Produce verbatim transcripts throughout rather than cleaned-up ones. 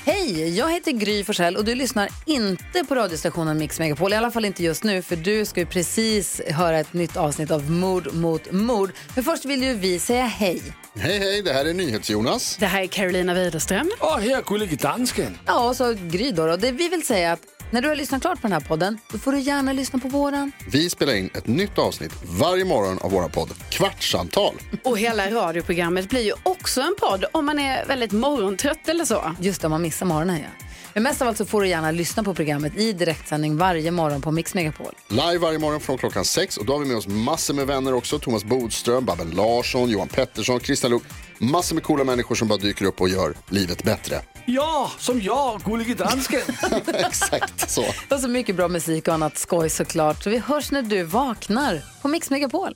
Hej, jag heter Gry Forssell och du lyssnar inte på radiostationen Mix Megapol. I alla fall inte just nu, för du ska ju precis höra ett nytt avsnitt av Mord mot mord. Men först vill ju vi säga hej. Hej, hej, det här är NyhetsJonas. Det här är Carolina Widerström. Och här är Gullige Dansken. Ja, och så Gry då. Och det vi vill säga att när du har lyssnat klart på den här podden, då får du gärna lyssna på våran. Vi spelar in ett nytt avsnitt varje morgon av våra podd Kvartsamtal. Och hela radioprogrammet blir ju också en podd om man är väldigt morgontrött eller så. Just det, om man missar morgonen, ja. Men mest av allt så får du gärna lyssna på programmet i direktsändning varje morgon på Mix Megapol. Live varje morgon från klockan sex. Och då har vi med oss massor med vänner också. Thomas Bodström, Babben Larsson, Johan Pettersson, Krista Luuk. Massor med coola människor som bara dyker upp och gör livet bättre. Ja, som jag, Gullige Dansken. Exakt så. Och så mycket bra musik och annat skoj såklart. Så vi hörs när du vaknar på Mix Megapol.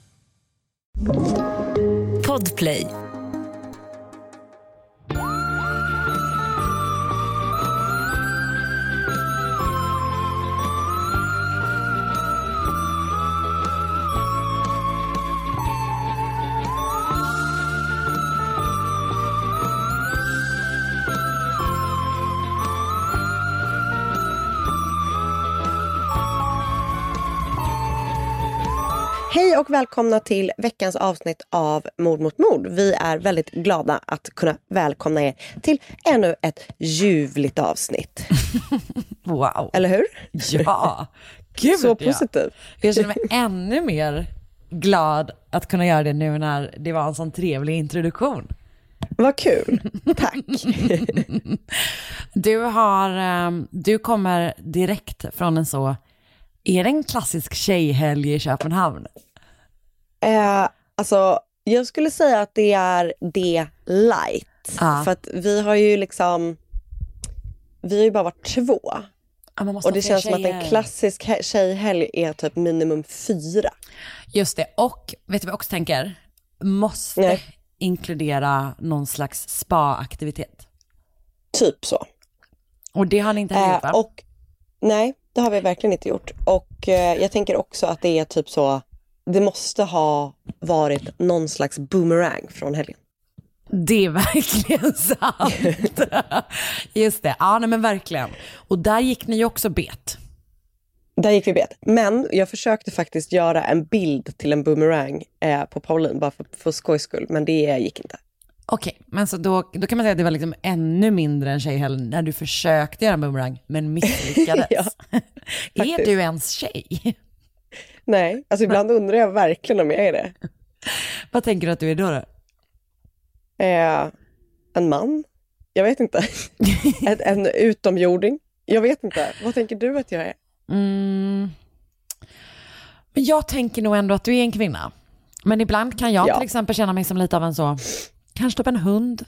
Podplay. Hej och välkomna till veckans avsnitt av Mord mot mord. Vi är väldigt glada att kunna välkomna er till ännu ett ljuvligt avsnitt. Wow. Eller hur? Ja, gud. Så positiv. Ja. Jag känner mig ännu mer glad att kunna göra det nu när det var en sån trevlig introduktion. Vad kul. Tack. Du har, du kommer direkt från en så... Är det en klassisk tjejhelg i Köpenhamn? Eh, alltså, jag skulle säga att det är det light. Ah. För att vi har ju liksom... Vi har ju bara varit två. Ah, man måste och det känns tjejer. som att en klassisk he- tjejhelg är typ minimum fyra. Just det. Och vet du vad jag också tänker? Måste Nej. inkludera någon slags spa-aktivitet. Typ så. Och det har ni inte heller gjort, va? Eh, och nej, det har vi verkligen inte gjort. Och eh, jag tänker också att det är typ så, det måste ha varit någon slags boomerang från helgen. Det är verkligen sant. Just det, ja nej, men verkligen. Och där gick ni ju också bet. Där gick vi bet. Men jag försökte faktiskt göra en bild till en boomerang eh, på Pauline, bara för, för skojs skull. Men det gick inte. Okej, men så då, då kan man säga att det var liksom ännu mindre än tjejhelg när du försökte göra en boomerang men misslyckades. Ja, är du ens tjej? Nej, alltså ibland undrar jag verkligen om jag är det. Vad tänker du att du är då? då? Eh, en man? Jag vet inte. en, en utomjording? Jag vet inte. Vad tänker du att jag är? Mm. Men jag tänker nog ändå att du är en kvinna. Men ibland kan jag ja. till exempel känna mig som lite av en så... Kanske typ en hund.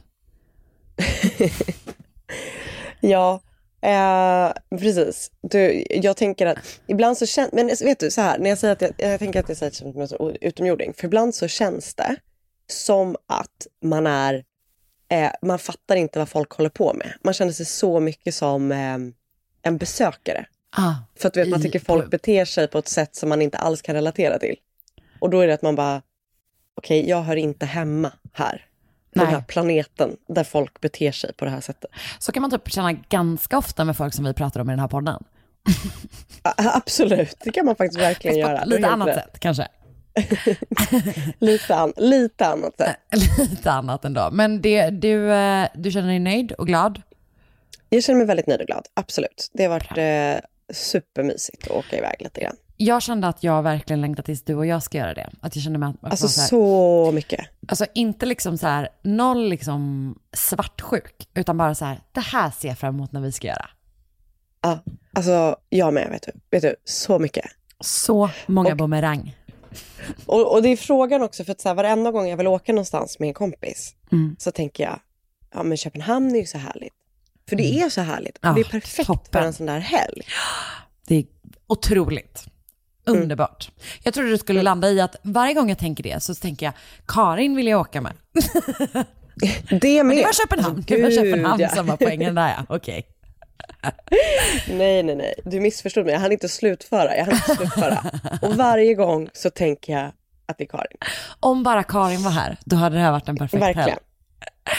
Ja, eh, precis. Du, jag tänker att ibland så känns... Men vet du, så här, när jag säger att jag, jag tänker att jag säger som en utomjording. För ibland så känns det som att man är... Eh, man fattar inte vad folk håller på med. Man känner sig så mycket som eh, en besökare. Ah, för att vet, man tycker folk beter sig på ett sätt som man inte alls kan relatera till. Och då är det att man bara... Okej, okay, jag hör inte hemma här. På Nej. den här planeten där folk beter sig på det här sättet. Så kan man typ känna ganska ofta med folk som vi pratar om i den här podden. A- absolut, det kan man faktiskt verkligen göra. Lite annat rätt. sätt kanske. lite, an- lite annat sätt. Lite annat ändå. Men det, du, du känner dig nöjd och glad? Jag känner mig väldigt nöjd och glad, absolut. Det har varit eh, supermysigt att åka iväg lite grann. Jag kände att jag verkligen längtar tills du och jag ska göra det. Att jag kände mig att, att Alltså så, här, så mycket. Alltså inte liksom så här, noll liksom svartsjuk. Utan bara så här, det här ser jag fram emot när vi ska göra. Ja, alltså jag med, vet du. Vet du, så mycket. Så många och, bumerang. Och, och det är frågan också, för att så här, varenda gång jag vill åka någonstans med en kompis mm. så tänker jag, ja men Köpenhamn är ju så härligt. För det är så härligt. Ja, det är perfekt toppen. för en sån där helg. Det är otroligt. Underbart. Mm. Jag trodde du skulle landa i att varje gång jag tänker det så tänker jag, Karin vill jag åka med. Det med. Det var Köpenhamn. Alltså, det var Köpenhamn ja. som var poängen där, ja. Okej. Nej, nej, nej. Du missförstod mig. Jag hann inte slutföra. Jag hann inte slutföra. Och varje gång så tänker jag att det är Karin. Om bara Karin var här, då hade det här varit en perfekt Verkligen. helg.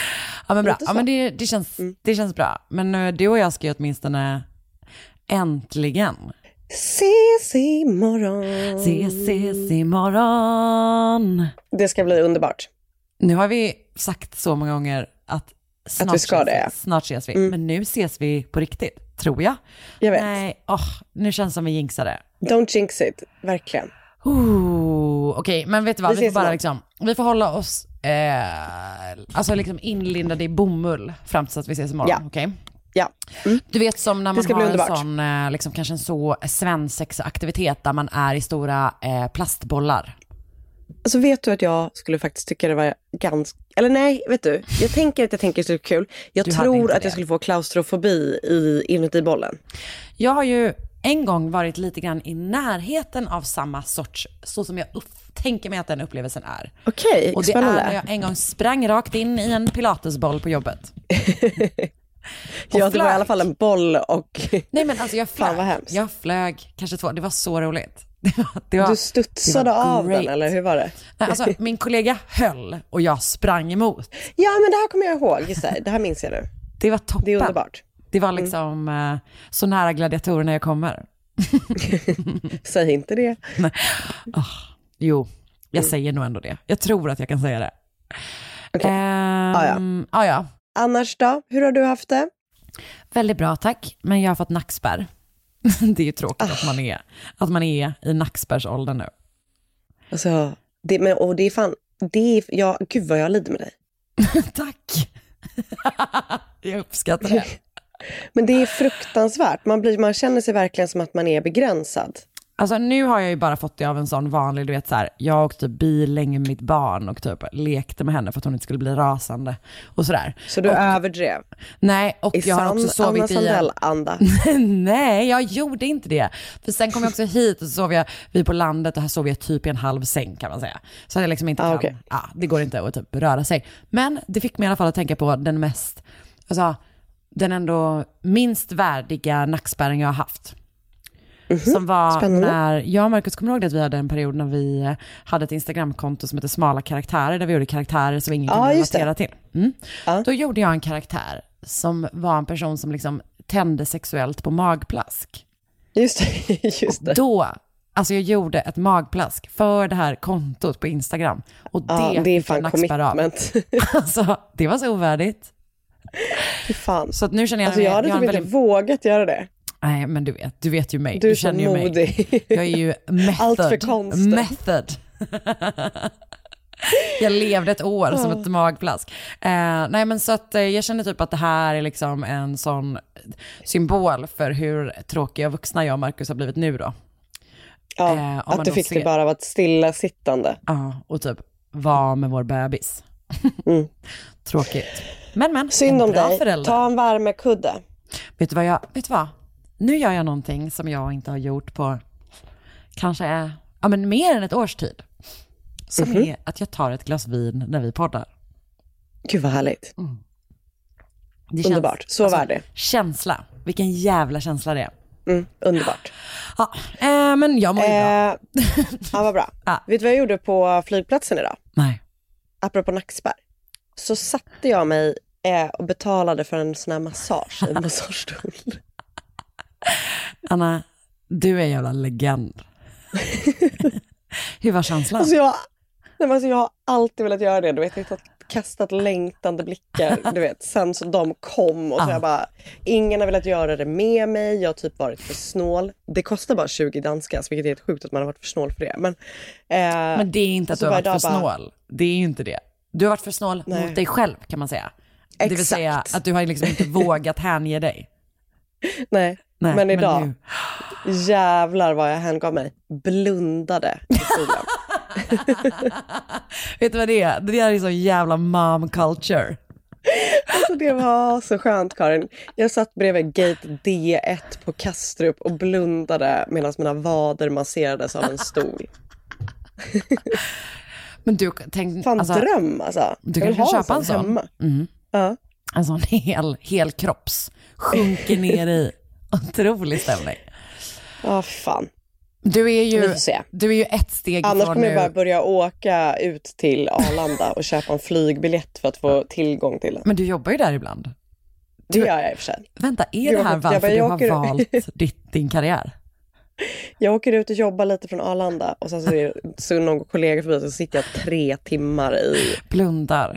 Ja men bra, Lite ja, så. men det, det, känns, Mm. det känns bra. Men uh, du och jag ska ju åtminstone äntligen Ses imorgon. ses, ses imorgon. Det ska bli underbart. Nu har vi sagt så många gånger att snart, Att vi ska ses, det, ja. vi, snart ses vi. Mm. Men nu ses vi på riktigt, tror jag. Jag vet. Nej, åh, nu känns det som vi jinxade. Don't jinx it, verkligen. Okej, okay, men vet du vad? Vi Vi, får ses bara imorgon. liksom, vi får hålla oss eh, alltså liksom inlindade i bomull fram tills att vi ses imorgon, Ja. okej? Okay? Ja. Mm. Du vet som när Det man ska har bli en underbart. sån, eh, liksom kanske en så svensexaktivitet där man är i stora eh, plastbollar. Alltså vet du att jag skulle faktiskt tycka det var ganska... Eller nej, vet du. Jag tänker att jag tänker att det är kul. Jag Du hade tror inte att det. jag skulle få klaustrofobi i, inuti bollen. Jag har ju en gång varit lite grann i närheten av samma sorts, så som jag upp, tänker mig att den upplevelsen är. Okej, Och det spännande. är när jag en gång sprang rakt in i en pilatesboll på jobbet. Ja, det var flög. i alla fall en boll och... Nej men alltså jag Fan, flög, vad hemskt. jag flög kanske två, det var så roligt. Det var, det var, Du studsade det var av great. den, eller hur var det? Nej, alltså, min kollega höll och jag sprang emot. Ja, men det här kommer jag ihåg. Just det, det här minns jag nu. Det var toppen. Det är underbart. Det var liksom eh, så nära gladiatorerna jag kommer. Säg inte det. Oh, jo, jag säger nog ändå det. Jag tror att jag kan säga det. Okej. Ehm, Ah, ja. ah, ja. Annars då? Hur har du haft det? Väldigt bra, tack. Men jag har fått nackspärr. Det är ju tråkigt Ah. att man är att man är i nackspärrsåldern nu. Alltså, det, men, och det är fan... Det är, ja, gud vad jag lider med dig. Tack. Jag uppskattar det. Men det är fruktansvärt. Man, blir, man känner sig verkligen som att man är begränsad. Alltså nu har jag ju bara fått det av en sån vanlig, du vet så här, jag åkte bil länge med mitt barn och typ lekte med henne för att hon inte skulle bli rasande och sådär. Så du och, överdrev. Nej, och I jag har sann också sovit Anna i en... Sandell-anda. Nej, jag gjorde inte det. För sen kom jag också hit och så sov jag, vi på landet och här sov jag typ i en halv säng kan man säga. Så jag liksom inte Ah, kan, okej. ja, det går inte att typ röra sig. Men det fick mig i alla fall att tänka på den mest, alltså den ändå minst värdiga nackspärren jag har haft. Som var Spännande. när jag och Marcus kommer ihåg det att vi hade en period när vi hade ett Instagramkonto som heter Smala karaktärer, där vi gjorde karaktärer som ingen Ja, kunde just det. relatera till. Mm. Ja. Då gjorde jag en karaktär som var en person som liksom tände sexuellt på magplask. Just det, just det. Då, alltså jag gjorde ett magplask för det här kontot på Instagram. Och det, Ja, det är fick jag fan nackspärr av. commitment. Alltså, det var så ovärdigt. Fy fan. Så att nu känner jag Alltså jag hade har typ en inte vågat göra det. Nej, men du vet, du vet ju mig. Du är så känner ju mig. modig. Jag är ju method. Allt för konstigt. Method. Jag levde ett år som ett magplask. Eh, nej men så att eh, jag känner typ att det här är liksom en sån symbol för hur tråkiga vuxna jag och Marcus har blivit nu då. Ja, Eh, om man att du då fick ser- det bara av ett stillasittande. Ja, och typ vara med vår bebis. Mm. Tråkigt. Men men, Synd en om bra dig. förälder. Ta en värmekudde. Vet du vad jag, vet du vad? Nu gör jag någonting som jag inte har gjort på kanske, ja men mer än ett års tid. Som Mhm. är att jag tar ett glas vin när vi poddar. Gud vad härligt. Det känns- Underbart. Så alltså, var det. Känsla. Vilken jävla känsla det är. Mm, underbart. Ja, eh, men jag mår ju bra. Eh, ja, vad bra. Ja. Vet du vad jag gjorde på flygplatsen idag? Nej. Apropå nackspärr. Så satte jag mig eh, och betalade för en sån här massage i en massagestol. Anna, du är en jävla legend. Hur var känslan? Alltså jag, nej, men alltså jag har alltid velat göra det. Du vet, jag har kastat längtande blickar. Du vet, sen så de kom och så Ja. jag bara, ingen har velat göra det med mig. Jag har typ varit för snål. Det kostar bara tjugo danska, vilket är helt sjukt att man har varit för snål för det. Men, eh, Men det är inte att så du har var varit för idag bara- snål. Det är ju inte det. Du har varit för snål Nej. mot dig själv kan man säga. Det vill Exakt. säga att du har liksom inte vågat hänge dig. nej. Nej, men idag, nu- jävlar vad jag hängav mig. Blundade i stolen. Vet du vad det är? Det är så jävla mom culture. Alltså det var så skönt, Karin. Jag satt bredvid gate D ett på Kastrup och blundade medan mina vader masserades av en stol. Men du, tänk, Fan, alltså, dröm alltså. du Jag vill kanske ha köpa en sån. hemma. Mm. Ja. En sån hel, hel kropps. Sjunker ner i. Otrolig stämning. Ja, fan. Du är Vi ju, får se. du är ju ett steg Annars ifrån kommer jag nu. bara börja åka ut till Arlanda och köpa en flygbiljett för att få tillgång till den. Men du jobbar ju där ibland. Det gör jag i och för sig. Vänta, är Gud, det här jag bara, varför jag du har åker- valt ditt, din karriär? Jag åker ut och jobbar lite från Arlanda och sen så är det så någon kollega förbi så sitter jag tre timmar i... Blundar.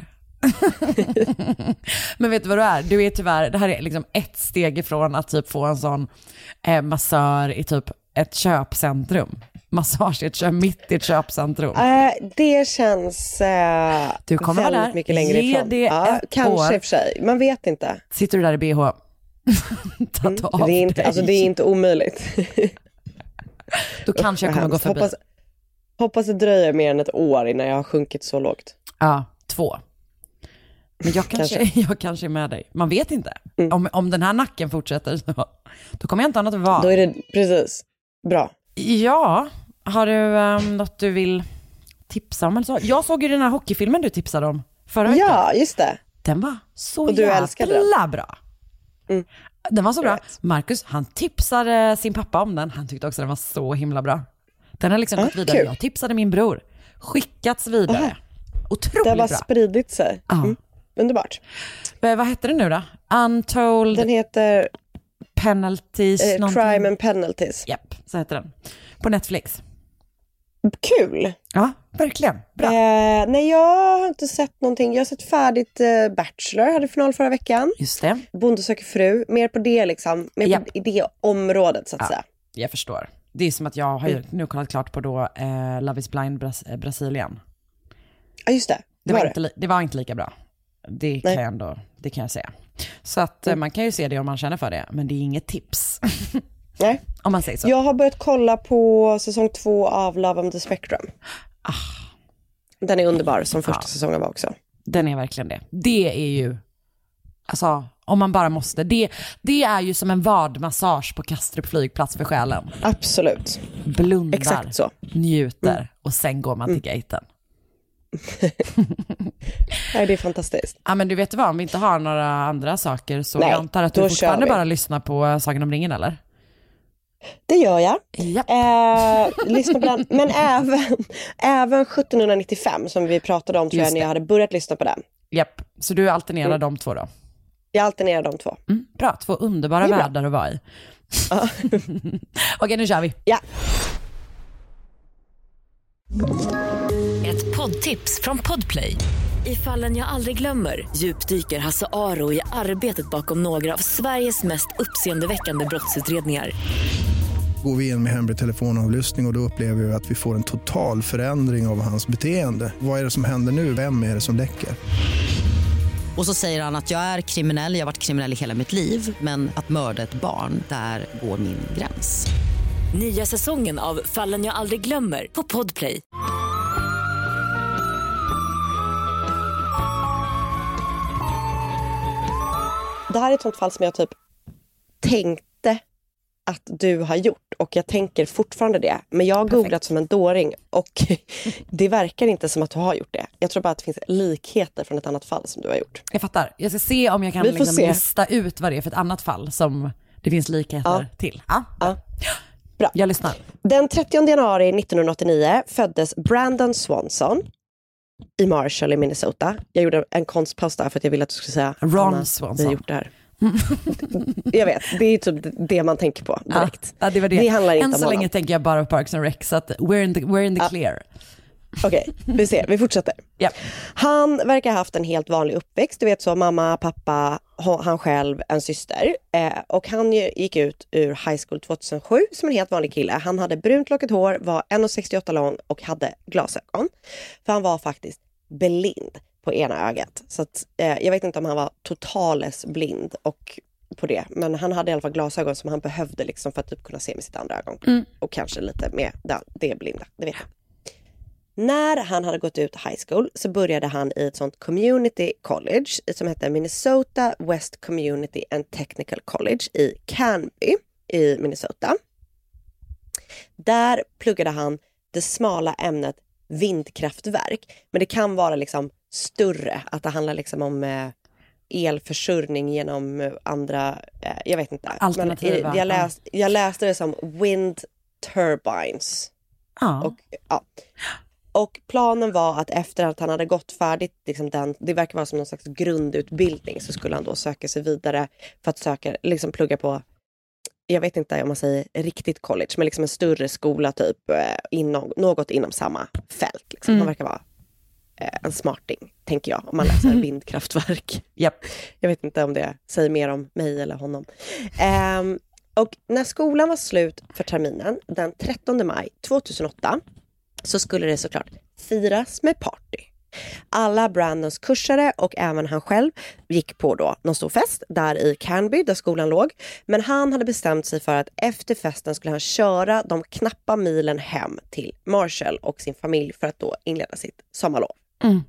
Men vet du vad du är? Du är tyvärr, det här är liksom ett steg ifrån att typ få en sån eh, massör i typ ett köpcentrum. Massage i ett köp, mitt i ett köpcentrum. Äh, det känns äh, Du kommer vara väldigt där. mycket längre Ge ifrån. det Ja, ett kanske år. i och för sig. Man vet inte. Sitter du där i B H? Ta Mm. av Det är inte, dig. alltså, det är inte omöjligt. Då kanske jag kommer gå förbi. Hoppas, hoppas det dröjer mer än ett år innan jag har sjunkit så lågt. Ja, två. Men jag kanske, jag kanske är med dig. Man vet inte. Mm. Om, om den här nacken fortsätter så då kommer jag inte ha något att vara. Då är det precis bra. Ja, har du um, något du vill tipsa om eller så? Jag såg ju den här hockeyfilmen du tipsade om förra veckan. Ja, just det. Den var så Och du älskade jävla bra. Mm. Den var så bra. Right. Marcus, han tipsade sin pappa om den. Han tyckte också den var så himla bra. Den har liksom Ah, gått vidare. kul. Jag tipsade min bror. Skickats vidare. Aha. Otroligt Det har bara bra. spridit sig. Ja. Mm. Underbart. Eh, Vad heter den nu då? Untold Den heter Penalties. eh, någonting. Crime and Penalties. Japp, så heter den. På Netflix. Kul. Ja, verkligen. Bra. Eh, nej, jag har inte sett någonting. Jag har sett färdigt eh, Bachelor, hade final förra veckan. Just det. Bonde söker fru. Mer på det liksom. Mer Ja. på, i det området så att Ja. säga. Jag förstår. Det är som att jag har ju nu kollat klart på då eh, Love is blind Bras- eh, Brasilien. Ja, just det. Det var var, det. inte, li- det var inte lika bra. Det kan Nej. jag ändå, det kan jag säga. Så att eh, man kan ju se det om man känner för det. Men det är inget tips. Nej. Om man säger så. Jag har börjat kolla på säsong två av Love on the Spectrum. Ah. Den är underbar, som första Ja. säsongen var också. Den är verkligen det. Det är ju, alltså om man bara måste. Det, det är ju som en vadmassage på Kastrup flygplats för själen. Absolut. Blundar, Exakt så. njuter Mm. och sen går man till gaten. Nej, det är fantastiskt. Ja, men du vet vad, om vi inte har några andra saker så Nej, jag antar att du då fortfarande kör vi. bara lyssnar på Sagan om ringen, eller? Det gör jag. Ja. Eh, lyssna på den. Men även, även sjutton nittiofem som vi pratade om tror Just jag när det. jag hade börjat lyssna på den. Japp, så du alternerar Mm. de två då? Jag alternerar de två. Mm, bra, två underbara Det är bra. världar att vara i. Ja. Okej, nu kör vi. Ja. Ett poddtips från Podplay. I Fallen jag aldrig glömmer djupdyker Hasse Aro i arbetet bakom några av Sveriges mest uppseendeväckande brottsutredningar. Går vi in med hemlig telefonavlyssning och, och då upplever vi att vi får en total förändring av hans beteende. Vad är det som händer nu? Vem är det som läcker? Och så säger han att jag är kriminell, jag har varit kriminell i hela mitt liv. Men att mörda ett barn, där går min gräns. Nya säsongen av Fallen jag aldrig glömmer på Podplay. Det här är ett sånt fall som jag typ tänkte att du har gjort och jag tänker fortfarande det. Men jag har Perfekt. googlat som en dåring och det verkar inte som att du har gjort det. Jag tror bara att det finns likheter från ett annat fall som du har gjort. Jag fattar. Jag ska se om jag kan Vi får liksom se. lista ut vad det är för ett annat fall som det finns likheter Ja. till. Ja. Ja. Bra. Jag lyssnar. Den trettionde januari nittonhundraåttionio föddes Brandon Swanson i Marshall i Minnesota. Jag gjorde en konstpaus där för att jag ville att du skulle säga Ron Anna, Swanson. vi har gjort det här. Jag vet, det är typ det man tänker på direkt. Ja, det var det. Det handlar inte Än om så honom. länge tänker jag bara på Parks and Rec, så att we're in the, we're in the Ja. clear. Okej, vi ser, vi fortsätter. Ja. Han verkar ha haft en helt vanlig uppväxt. Du vet så, mamma, pappa, ha- han själv, en syster. Eh, och han ju- gick ut ur high school tjugohundrasju som en helt vanlig kille. Han hade brunt lockigt hår, var en komma sextioåtta lång och hade glasögon. För han var faktiskt blind på ena ögat. Så att, eh, jag vet inte om han var totales blind och på det. Men han hade i alla fall glasögon som han behövde liksom för att typ kunna se med sitt andra ögon. Mm. Och kanske lite med det, det blinda, det vet jag. När han hade gått ut high school så började han i ett sånt community college som heter Minnesota West Community and Technical College i Canby i Minnesota. Där pluggade han det smala ämnet vindkraftverk. Men det kan vara liksom större, att det handlar liksom om eh, elförsörjning genom eh, andra, eh, jag vet inte. Alternativa, Men, eh, jag, läs, jag läste det som wind turbines. Ja. Och, ja. Och planen var att efter att han hade gått färdigt, liksom den, det verkar vara som någon slags grundutbildning, så skulle han då söka sig vidare för att söka, liksom plugga på, jag vet inte om man säger riktigt college, men liksom en större skola typ, inom, något inom samma fält. Liksom. Mm. Man verkar vara eh, en smarting, tänker jag, om man läser vindkraftverk. Yep. Jag vet inte om det säger mer om mig eller honom. Um, och när skolan var slut för terminen, den trettonde maj tjugohundraåtta, så skulle det såklart firas med party. Alla Brandons kursare och även han själv gick på då någon stor fest där i Canby där skolan låg. Men han hade bestämt sig för att efter festen skulle han köra de knappa milen hem till Marshall och sin familj för att då inleda sitt sommarlov. Mm.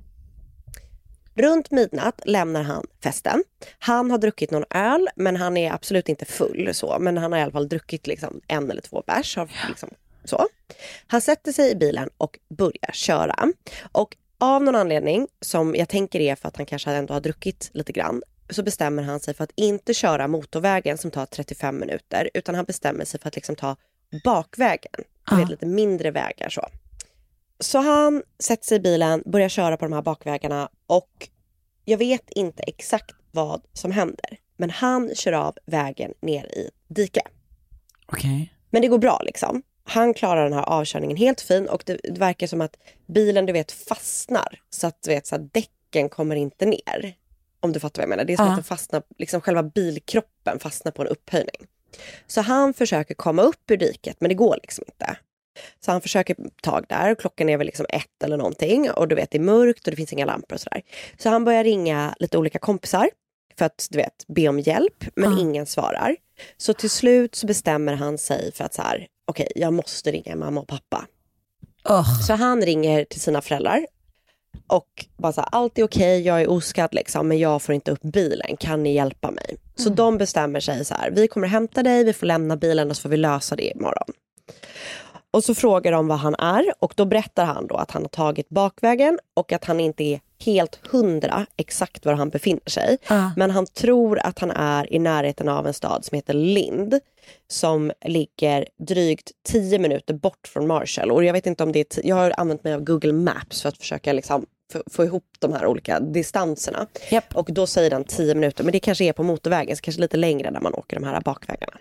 Runt midnatt lämnar han festen. Han har druckit någon öl, men han är absolut inte full så. Men han har i alla fall druckit liksom en eller två bärs. Liksom, så. Han sätter sig i bilen och börjar köra. Och av någon anledning, som jag tänker är för att han kanske ändå har druckit lite grann, så bestämmer han sig för att inte köra motorvägen som tar trettiofem minuter. Utan han bestämmer sig för att liksom ta bakvägen. Du vet, lite mindre vägar så. Så han sätter sig i bilen, börjar köra på de här bakvägarna och jag vet inte exakt vad som händer. Men han kör av vägen ner i diket. Okej. Okay. Men det går bra liksom. Han klarar den här avkörningen helt fin och det, det verkar som att bilen, du vet, fastnar. Så att du vet, så att däcken kommer inte ner. Om du fattar vad jag menar. Det är som uh. att den fastnar, liksom själva bilkroppen fastnar på en upphöjning. Så han försöker komma upp ur diket, men det går liksom inte. Så han försöker tag där. Klockan är väl liksom ett eller någonting. Och du vet, det är mörkt och det finns inga lampor och sådär. Så han börjar ringa lite olika kompisar. För att, du vet, be om hjälp. Men uh. ingen svarar. Så till slut så bestämmer han sig för att så här, okej, okay, jag måste ringa mamma och pappa. Uh. Så han ringer till sina föräldrar. Och bara så här, allt är okej, okay, jag är oskadd liksom. Men jag får inte upp bilen, kan ni hjälpa mig? Mm. Så de bestämmer sig så här, vi kommer hämta dig, vi får lämna bilen och så får vi lösa det imorgon. Och så frågar de vad han är och då berättar han då att han har tagit bakvägen och att han inte är helt hundra exakt var han befinner sig. Uh. Men han tror att han är i närheten av en stad som heter Lind som ligger drygt tio minuter bort från Marshall. Och jag vet inte om det är t- jag har använt mig av Google Maps för att försöka liksom f- få ihop de här olika distanserna. Yep. Och då säger den tio minuter, men det kanske är på motorvägen, så kanske lite längre när man åker de här bakvägarna.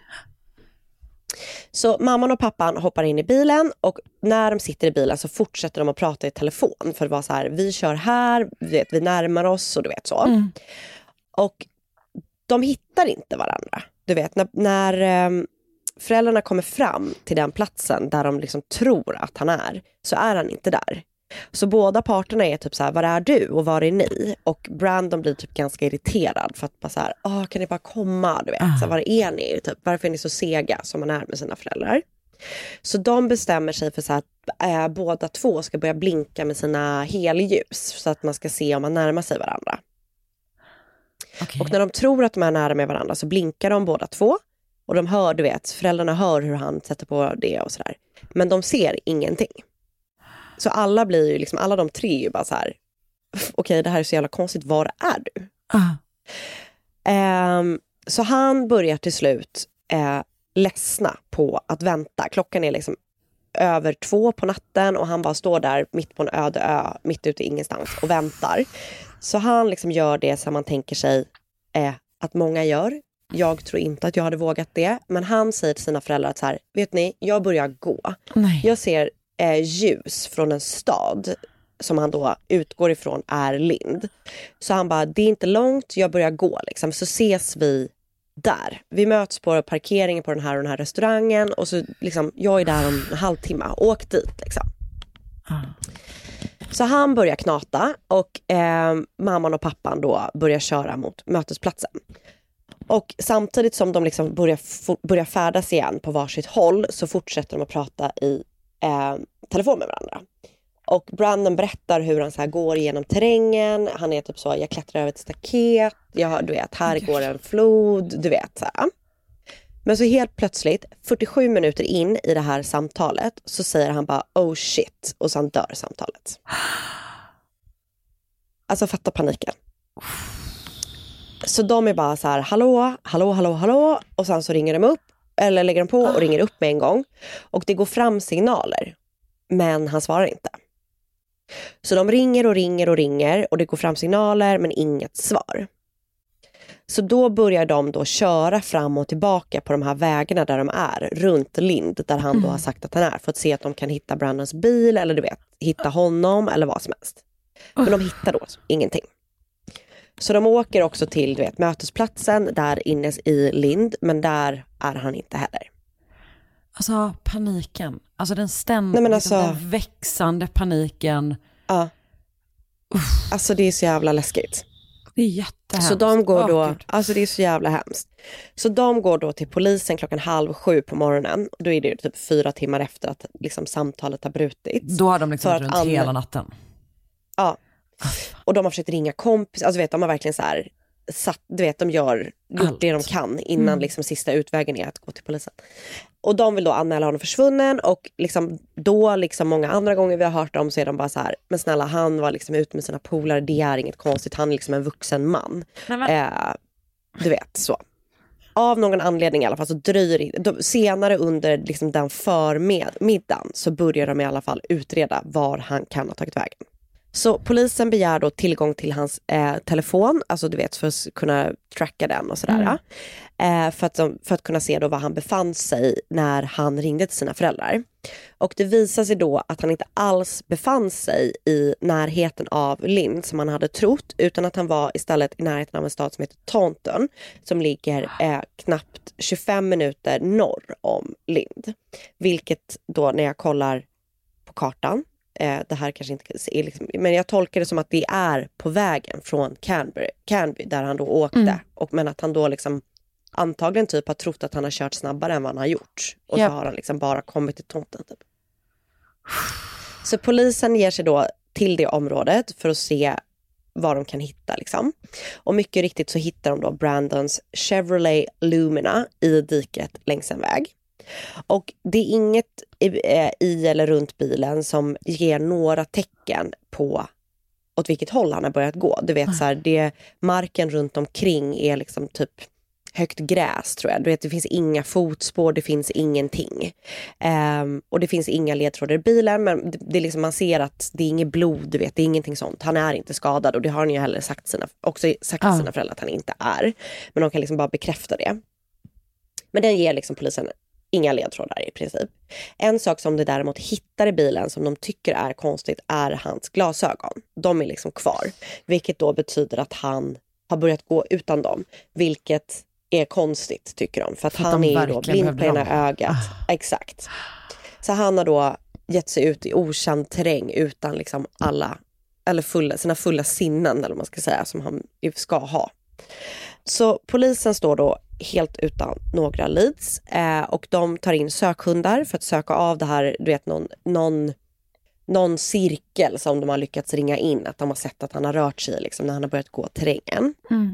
Så mamman och pappan hoppar in i bilen och när de sitter i bilen så fortsätter de att prata i telefon. För det var så här, vi kör här, vi, vet, vi närmar oss och du vet så. Mm. Och de hittar inte varandra. Du vet, när, när um, föräldrarna kommer fram till den platsen där de liksom tror att han är, så är han inte där. Så båda parterna är typ så här, var är du och var är ni? Och Brandon blir typ ganska irriterad för att bara så här, åh, kan ni bara komma? Du vet, så här, var är ni? Typ, varför är ni så sega som man är med sina föräldrar? Så de bestämmer sig för så att äh, båda två ska börja blinka med sina helljus så att man ska se om man närmar sig varandra. Okay. Och när de tror att de är nära med varandra så blinkar de båda två. Och de hör, du vet, föräldrarna hör hur han sätter på det och sådär. Men de ser ingenting. Så alla blir ju liksom, alla de tre är ju bara så här, okej, okay, det här är så jävla konstigt, var är du? Uh. Um, så han börjar till slut uh, ledsna på att vänta. Klockan är liksom över två på natten och han bara står där mitt på en öde ö, mitt ute i ingenstans och väntar. Så han liksom gör det som man tänker sig uh, att många gör. Jag tror inte att jag hade vågat det. Men han säger till sina föräldrar att så här, vet ni, jag börjar gå. Nej. Jag ser eh, ljus från en stad som han då utgår ifrån är Lind. Så han bara, det är inte långt, jag börjar gå liksom. Så ses vi där. Vi möts på parkeringen på den här och den här restaurangen. Och så liksom, jag är där om en halvtimme. Åk dit liksom. Mm. Så han börjar knata och eh, mamman och pappan då börjar köra mot mötesplatsen. Och samtidigt som de liksom börjar, f- börjar färdas igen på varsitt håll så fortsätter de att prata i eh, telefon med varandra. Och Brandon berättar hur han så här går igenom terrängen. Han är typ så, jag klättrar över ett staket. Jag, du vet, här går en flod. Du vet, så här. Men så helt plötsligt, fyrtiosju minuter in i det här samtalet så säger han bara, oh shit. Och sen dör samtalet. Alltså fatta paniken. Så de är bara så här, hallå, hallå, hallå, hallå. Och sen så ringer de upp. eller lägger de på och ringer upp med en gång. Och det går fram signaler, men han svarar inte. Så de ringer och ringer och ringer och det går fram signaler men inget svar. Så då börjar de då köra fram och tillbaka på de här vägarna där de är, runt Lind, där han då har sagt att han är, för att se att de kan hitta Brandons bil eller du vet, hitta honom eller vad som helst. Men de hittar då ingenting. Så de åker också till du vet, mötesplatsen där inne i Lind, men där är han inte heller. Alltså paniken, alltså den ständiga, Nej, alltså, den växande paniken. Ja. Uff. Alltså det är så jävla läskigt. Det är jättehemskt. Så de går oh, då, Gud. alltså det är så jävla hemskt. Så de går då till polisen klockan halv sju på morgonen. Och då är det typ fyra timmar efter att liksom samtalet har brutits. Då har de liksom runt an... hela natten. Ja. Och de har försökt ringa kompis. Alltså vet, de har verkligen så här satt, du vet, de gör gjort det de kan innan mm. liksom sista utvägen är att gå till polisen. Och de vill då anmäla honom försvunnen och liksom då, liksom många andra gånger vi har hört om, så är de bara så här, men snälla, han var liksom ute med sina polare, det är inget konstigt, han är liksom en vuxen man. Eh, du vet, så. Av någon anledning i alla fall så dröjer det, senare under liksom den förmiddagen så börjar de i alla fall utreda var han kan ha tagit vägen. Så polisen begär då tillgång till hans eh, telefon, alltså du vet, för att kunna tracka den och sådär. Mm. Eh, för, att de, för att kunna se då var han befann sig när han ringde till sina föräldrar. Och det visar sig då att han inte alls befann sig i närheten av Lind som man hade trott, utan att han var istället i närheten av en stad som heter Taunton, som ligger eh, knappt tjugofem minuter norr om Lind. Vilket då när jag kollar på kartan, det här kanske inte är liksom, men jag tolkar det som att det är på vägen från Canberra, Canby där han då åkte mm. och men att han då liksom antagligen typ har trott att han har kört snabbare än vad han har gjort och yep. så har han liksom bara kommit till tomten typ. Så polisen ger sig då till det området för att se vad de kan hitta liksom. Och mycket riktigt så hittar de då Brandons Chevrolet Lumina i diket längs en väg. Och det är inget i, i eller runt bilen som ger några tecken på åt vilket håll han har börjat gå. Du vet så här, det, marken runt omkring är liksom typ högt gräs tror jag. Du vet, det finns inga fotspår, det finns ingenting. Um, och det finns inga ledtrådar i bilen, men det, det är liksom, man ser att det är inget blod, du vet, det är ingenting sånt. Han är inte skadad och det har han ju heller sagt sina, också sagt till sina föräldrar att han inte är. Men de kan liksom bara bekräfta det. Men den ger liksom polisen inga ledtrådar i princip. En sak som de däremot hittar i bilen som de tycker är konstigt är hans glasögon. De är liksom kvar. Vilket då betyder att han har börjat gå utan dem. Vilket är konstigt tycker de. För att, för att han är då blind på ena ögat. Ah. Exakt. Så han har då gett sig ut i okänd terräng utan liksom alla, eller fulla, sina fulla sinnen eller vad man ska säga, som han ska ha. Så polisen står då helt utan några leads eh, och de tar in sökhundar för att söka av det här, du vet, någon, någon, någon cirkel som de har lyckats ringa in, att de har sett att han har rört sig liksom, när han har börjat gå terrängen. Mm.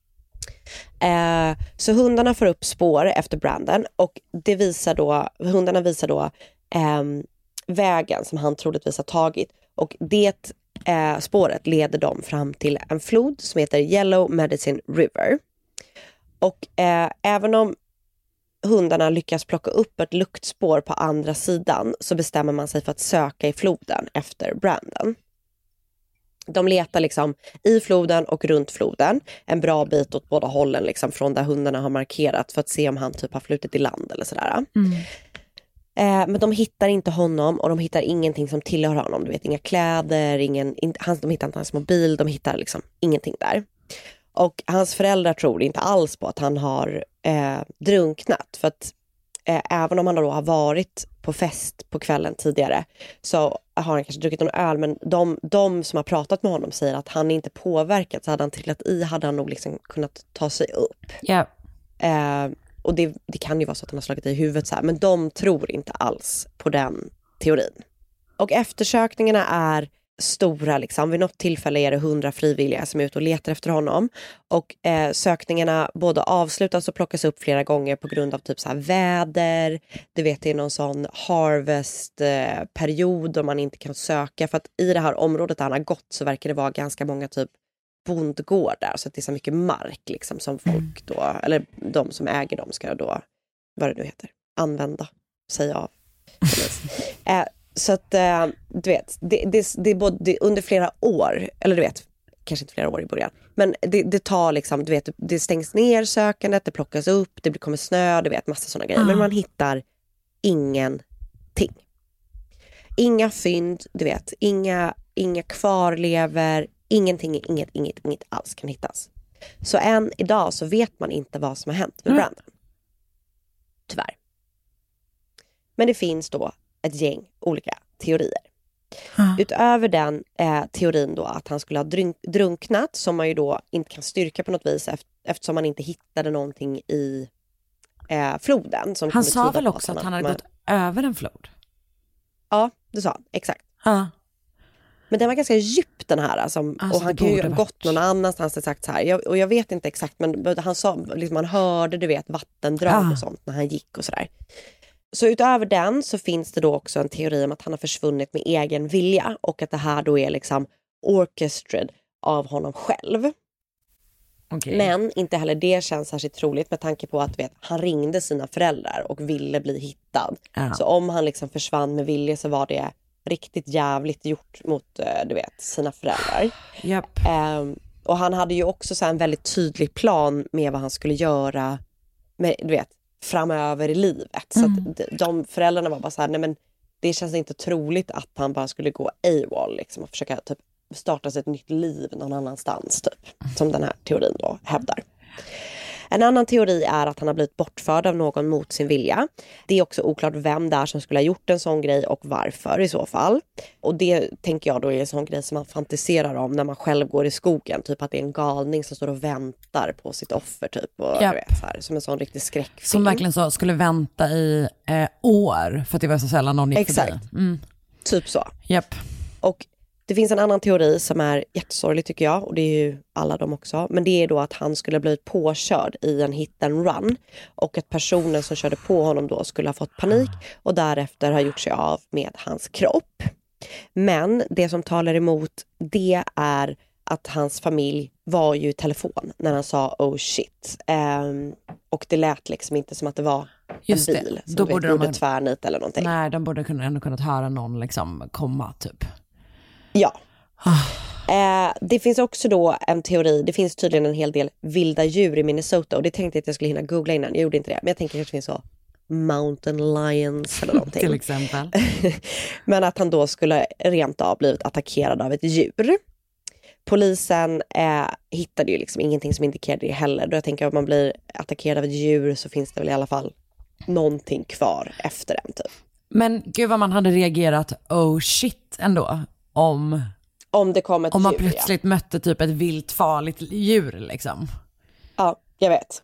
Eh, så hundarna får upp spår efter Brandon och det visar då, hundarna visar då eh, vägen som han troligtvis har tagit, och det eh, spåret leder dem fram till en flod som heter Yellow Medicine River. Och eh, även om hundarna lyckas plocka upp ett luktspår på andra sidan så bestämmer man sig för att söka i floden efter Brandon. De letar liksom i floden och runt floden en bra bit åt båda hållen liksom, från där hundarna har markerat för att se om han typ har flutit i land eller sådär. Mm. Eh, men de hittar inte honom och de hittar ingenting som tillhör honom. Du vet, inga kläder, ingen, in, han, de hittar inte hans mobil, de hittar liksom ingenting där. Och hans föräldrar tror inte alls på att han har eh, drunknat. För att eh, även om han då har varit på fest på kvällen tidigare så har han kanske druckit någon öl. Men de, de som har pratat med honom säger att han inte påverkat. Så hade han trillat i hade han nog liksom kunnat ta sig upp. Yeah. Eh, och det, det kan ju vara så att han har slagit i huvudet så här. Men de tror inte alls på den teorin. Och eftersökningarna är stora liksom. Vid något tillfälle är det hundra frivilliga som är ute och letar efter honom. Och eh, sökningarna både avslutas och plockas upp flera gånger på grund av typ så här väder. Du vet, det är någon sån harvest-period eh, då man inte kan söka. För att i det här området där han har gått så verkar det vara ganska många typ bondgårdar. Så att det är så mycket mark liksom som folk då, eller de som äger dem ska då vad det nu heter, använda sig av. eh, så att eh, du vet, det, det, det är både det, under flera år, eller du vet, kanske inte flera år i början, men det, det tar liksom, du vet, det stängs ner sökandet, det plockas upp, det kommer snö, du vet, massa sådana grejer, mm. men man hittar ingenting. Inga fynd, du vet, inga, inga kvarlever, ingenting, inget, inget, inget alls kan hittas. Så än idag så vet man inte vad som har hänt med mm. Brandon. Tyvärr. Men det finns då ett gäng olika teorier. Mm. Utöver den eh, teorin då att han skulle ha drunk- drunknat, som man ju då inte kan styrka på något vis efter, eftersom man inte hittade någonting i eh, floden. Som han sa väl också att han hade man... gått över en flod? Ja, det sa han. Exakt. Ja. Men den var ganska djup den här. Alltså, alltså, och han kan ju ha gått någon annanstans och sagt så här. Jag, och jag vet inte exakt, men han sa, liksom, man hörde, du vet, vattendrag ja. och sånt när han gick och sådär. Så utöver den så finns det då också en teori om att han har försvunnit med egen vilja. Och att det här då är liksom orchestrad av honom själv. Okay. Men inte heller det känns särskilt troligt med tanke på att vet, han ringde sina föräldrar och ville bli hittad. Ja. Så om han liksom försvann med vilja så var det riktigt jävligt gjort mot du vet, sina föräldrar. Yep. Um, och han hade ju också så här en väldigt tydlig plan med vad han skulle göra med, du vet, framöver i livet. Mm. Så att de föräldrarna var bara så här, nej men det känns inte troligt att han bara skulle gå AWOL liksom, och försöka typ starta sig ett nytt liv någon annanstans typ. Som den här teorin då hävdar. En annan teori är att han har blivit bortförd av någon mot sin vilja. Det är också oklart vem där som skulle ha gjort en sån grej och varför i så fall. Och det tänker jag då är en sån grej som man fantiserar om när man själv går i skogen. Typ att det är en galning som står och väntar på sitt offer typ. Och, yep. vet, så här, som en sån riktig skräckfilm. Som verkligen så skulle vänta i eh, år för att det var så sällan någon gick Exakt. förbi. Mm. Typ så. Japp. Och det finns en annan teori som är jättesorglig tycker jag. Och det är ju alla de också. Men det är då att han skulle ha blivit påkörd i en hit and run. Och att personen som körde på honom då skulle ha fått panik. Och därefter har gjort sig av med hans kropp. Men det som talar emot det är att hans familj var ju i telefon när han sa oh shit. Um, och det lät liksom inte som att det var just en bil. Det. Som då vet, borde gjorde de tvärnit eller någonting. Nej, de borde kunna, ändå kunnat höra någon liksom komma typ. Ja. eh, det finns också då en teori. Det finns tydligen en hel del vilda djur i Minnesota. Och det tänkte jag att jag skulle hinna googla innan. Jag gjorde inte det. Men jag tänker att det finns så mountain lions eller någonting. Till exempel. Men att han då skulle rent av blivit attackerad av ett djur. Polisen eh, hittade ju liksom ingenting som indikerade det heller. Då jag tänker att om man blir attackerad av ett djur så finns det väl i alla fall någonting kvar efter den typ. Men gud vad man hade reagerat oh shit ändå. Om, om det kom ett om man djur, plötsligt ja. mötte typ ett vilt farligt djur liksom. Ja, jag vet.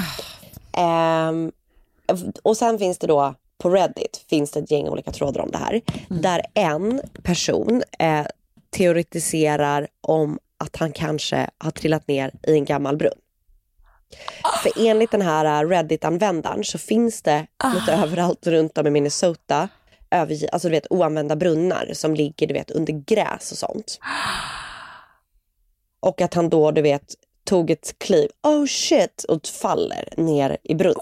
um, och sen finns det då på Reddit finns det ett gäng olika trådar om det här. Mm. Där en person eh, teoretiserar om att han kanske har trillat ner i en gammal brunn. Ah. För enligt den här Reddit-användaren så finns det ah. lite överallt runt om i Minnesota över, alltså du vet oanvända brunnar som ligger du vet under gräs och sånt. Och att han då du vet tog ett kliv, oh shit, och faller ner i brunnen.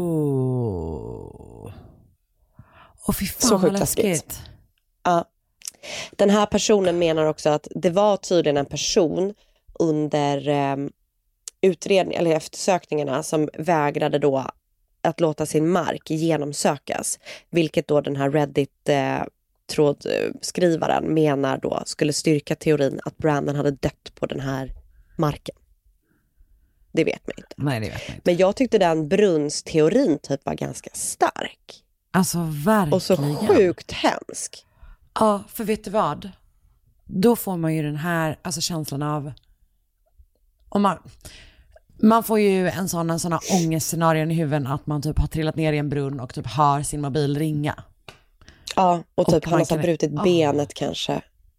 Oh. Och fy fan vad läskigt. Ja. Den här personen menar också att det var tydligen en person under eh, utredning eller eftersökningarna som vägrade då att låta sin mark genomsökas. Vilket då den här Reddit eh, trådskrivaren menar då skulle styrka teorin att Brandon hade dött på den här marken. Det vet man inte. Nej, det vet man inte. Men jag tyckte den brunnsteorin typ var ganska stark. Alltså verkligen. Och så sjukt hemsk. Ja, för vet du vad? Då får man ju den här alltså känslan av om man man får ju en sån en såna ångestscenarion i huvudet att man typ har trillat ner i en brunn och typ hör sin mobil ringa. Ja, och typ och han har kan... brutit oh. benet kanske.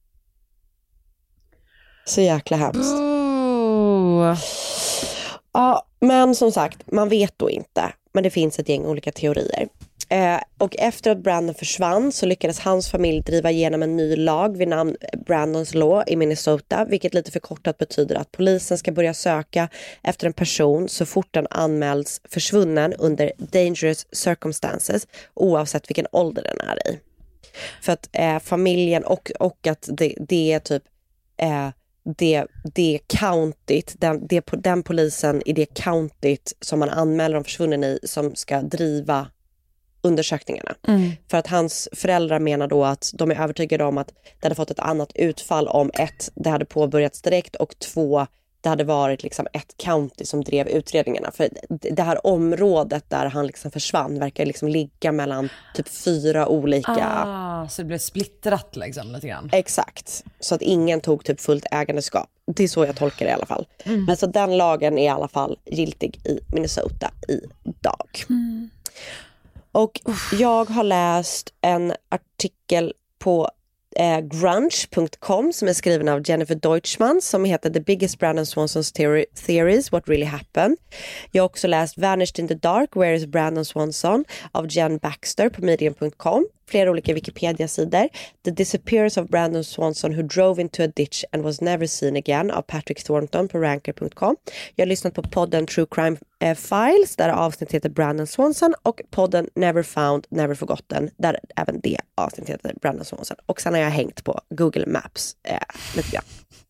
Så jäkla hemskt. Oh. Ja, men som sagt, man vet då inte. Men det finns ett gäng olika teorier. Eh, och efter att Brandon försvann så lyckades hans familj driva igenom en ny lag vid namn Brandons Law i Minnesota, vilket lite förkortat betyder att polisen ska börja söka efter en person så fort den anmäls försvunnen under dangerous circumstances, oavsett vilken ålder den är i. För att eh, familjen och, och att det, det är typ eh, det, det countyt, den, det, den polisen i det countyt som man anmäler om försvunnen i som ska driva undersökningarna. Mm. För att hans föräldrar menar då att de är övertygade om att det hade fått ett annat utfall om ett, det hade påbörjats direkt och två, det hade varit liksom ett county som drev utredningarna. För det här området där han liksom försvann verkar liksom ligga mellan typ fyra olika... Ah, så det blev splittrat liksom lite grann. Exakt. Så att ingen tog typ fullt ägandeskap. Det är så jag tolkar det i alla fall. Mm. Men så den lagen är i alla fall giltig i Minnesota idag. Mm. Och jag har läst en artikel på eh, grunge punkt com som är skriven av Jennifer Deutschman som heter The Biggest Brandon Swanson's Theory, Theories, What Really Happened. Jag har också läst Vanished in the Dark, Where is Brandon Swanson av Jen Baxter på medium punkt com. Flera olika Wikipedia-sidor. The Disappearance of Brandon Swanson Who Drove into a Ditch and Was Never Seen Again av Patrick Thornton på ranker punkt com. Jag har lyssnat på podden True Crime eh, Files där avsnitt heter Brandon Swanson och podden Never Found, Never Forgotten där även det avsnitt heter Brandon Swanson. Och sen har jag hängt på Google Maps eh, lite grann.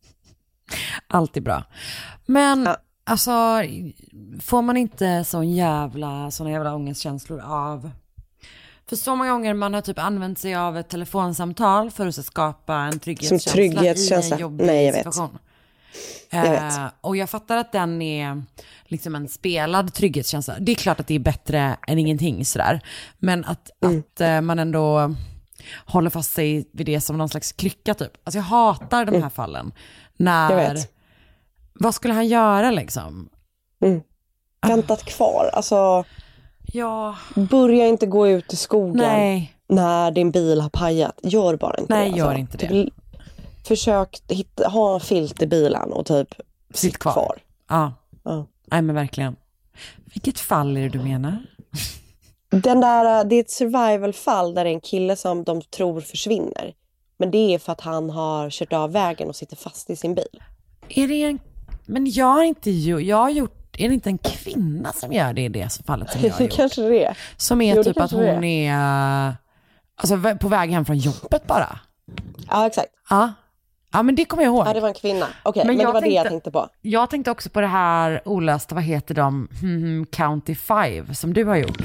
Alltid bra. Men ja. Alltså får man inte sån jävla, såna jävla ångestkänslor av... För så många gånger man har typ använt sig av ett telefonsamtal för att skapa en trygghetskänsla, Som trygghetskänsla. i en jobbig Nej, jag situation. Jag vet. Uh, och jag fattar att den är liksom en spelad trygghetskänsla. Det är klart att det är bättre än ingenting sådär. Men att, mm. att uh, man ändå håller fast sig vid det som någon slags krycka typ. Alltså jag hatar de här mm. fallen. När, jag vet. Vad skulle han göra liksom? Mm. Väntat kvar, alltså... Ja. Börja inte gå ut i skogen. Nej. När din bil har pajat. Gör bara inte Nej, det. gör alltså. inte det. Typ, försök hitta, ha en filt i bilen och typ sitt, sitt kvar. kvar. Ja. ja. Nej men verkligen. Vilket fall är det du menar? Den där, det är ett survival-fall där det är en kille som de tror försvinner. Men det är för att han har kört av vägen och sitter fast i sin bil. Är det en... Men jag har inte gjort... Jag har gjort... Är det inte en kvinna som gör det i det fallet som jag har gjort? Kanske det är. Som är jo, typ att hon är. är alltså, på väg hem från jobbet bara. Ja, exakt. Ja, ja men det kommer jag ihåg. Ja, det var en kvinna. Okej, okay, men, men det var tänkte, det jag tänkte på. Jag tänkte också på det här olösta, vad heter de? Hmm, County Five som du har gjort.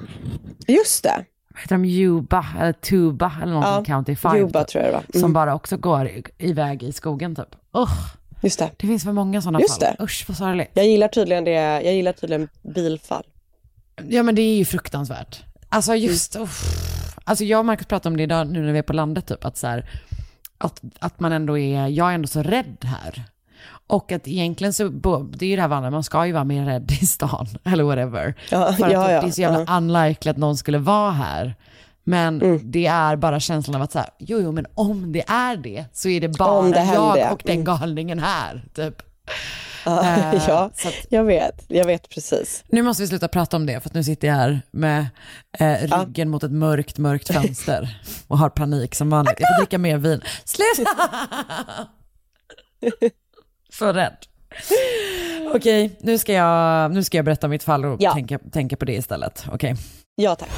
Just det. Vad heter de? Yuba eller Tuba eller någon ja, County Five. Yuba typ, tror jag det var. Mm. Som bara också går iväg i skogen typ. Usch. Just det. Det finns för många sådana Just fall. Det. Usch, vad sorgligt. Jag gillar tydligen det. Jag gillar tydligen bilfall. Ja, men det är ju fruktansvärt. Alltså just mm. alltså jag och Marcus pratar om det idag nu när vi är på landet typ att så här, att att man ändå är jag är ändå så rädd här. Och att egentligen så det är ju det här vanliga, man ska ju vara mer rädd i stan eller whatever. Ja, för att ja, ja. det är så jävla ja. unlikely att någon skulle vara här. Men mm. det är bara känslan av att så här, jo, jo, men om det är det så är det bara det jag och den galningen här, typ. Ja, uh, ja att, jag vet. Jag vet precis. Nu måste vi sluta prata om det för att nu sitter jag här med eh, ryggen ja. mot ett mörkt, mörkt fönster och har panik som vanligt. Jag får dricka mer vin. Sluta! Så rädd. Okej, okay, nu, ska jag, nu ska jag berätta mitt fall och ja. tänka, tänka på det istället. Okej. Okay. Ja, tack.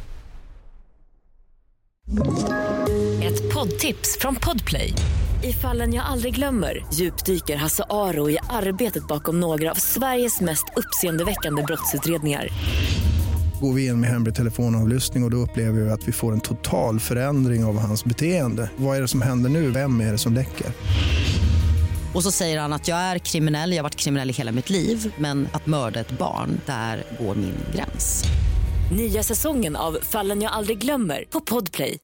Ett poddtips från Podplay. I Fallen jag aldrig glömmer djupdyker Hasse Aro i arbetet bakom några av Sveriges mest uppseendeväckande brottsutredningar. Går vi in med hemlig telefonavlyssning och, och då upplever vi att vi får en total förändring av hans beteende. Vad är det som händer nu? Vem är det som läcker? Och så säger han att jag är kriminell, jag har varit kriminell i hela mitt liv. Men att mörda ett barn, där går min gräns. Nya säsongen av Fallen jag aldrig glömmer på Podplay.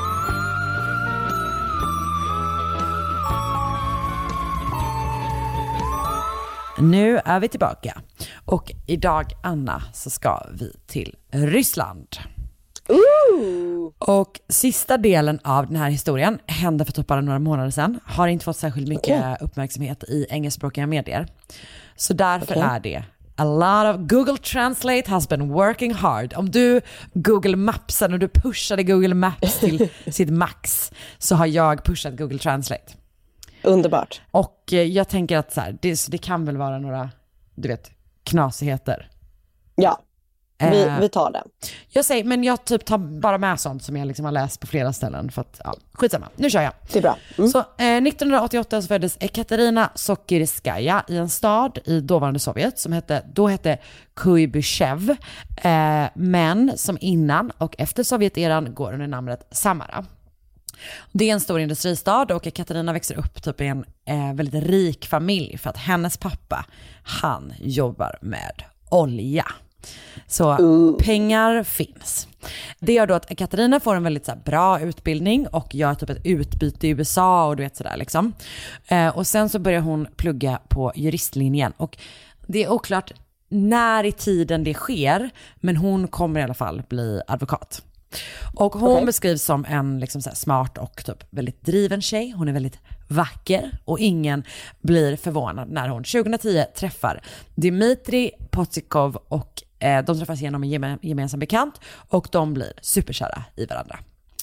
Nu är vi tillbaka. Och idag, Anna, så ska vi till Ryssland. Ooh. Och sista delen av den här historien hände för typ bara några månader sedan. Har inte fått särskilt mycket okay. uppmärksamhet i engelskspråkiga medier. Så därför okay. är det a lot of Google Translate has been working hard. Om du Google Mapsen och du pushade Google Maps till sitt max, så har jag pushat Google Translate. Underbart. Och eh, jag tänker att så här, det, det kan väl vara några, du vet, knasigheter. Ja, vi, eh, vi tar det. Jag säger, men jag typ tar bara med sånt som jag liksom har läst på flera ställen. För att, ja, skitsamma, nu kör jag. Det är bra. Mm. Så eh, nittonhundraåttioåtta så föddes Ekaterina Sokirskaja i en stad i dåvarande Sovjet som hette, då hette Kuibyshev. Eh, men som innan och efter Sovjeteran går under namnet Samara. Det är en stor industristad och Ekaterina växer upp typ i en eh, väldigt rik familj för att hennes pappa, han jobbar med olja. Så uh. pengar finns. Det gör då att Ekaterina får en väldigt så här, bra utbildning och gör typ ett utbyte i U S A och du vet sådär liksom. Eh, och sen så börjar hon plugga på juristlinjen och det är oklart när i tiden det sker, men hon kommer i alla fall bli advokat. Och hon okay. beskrivs som en liksom så här smart och typ väldigt driven tjej. Hon är väldigt vacker och ingen blir förvånad när hon tjugohundratio träffar Dmitri Potsikov och eh, de träffas genom en gem- gemensam bekant och de blir superkära i varandra.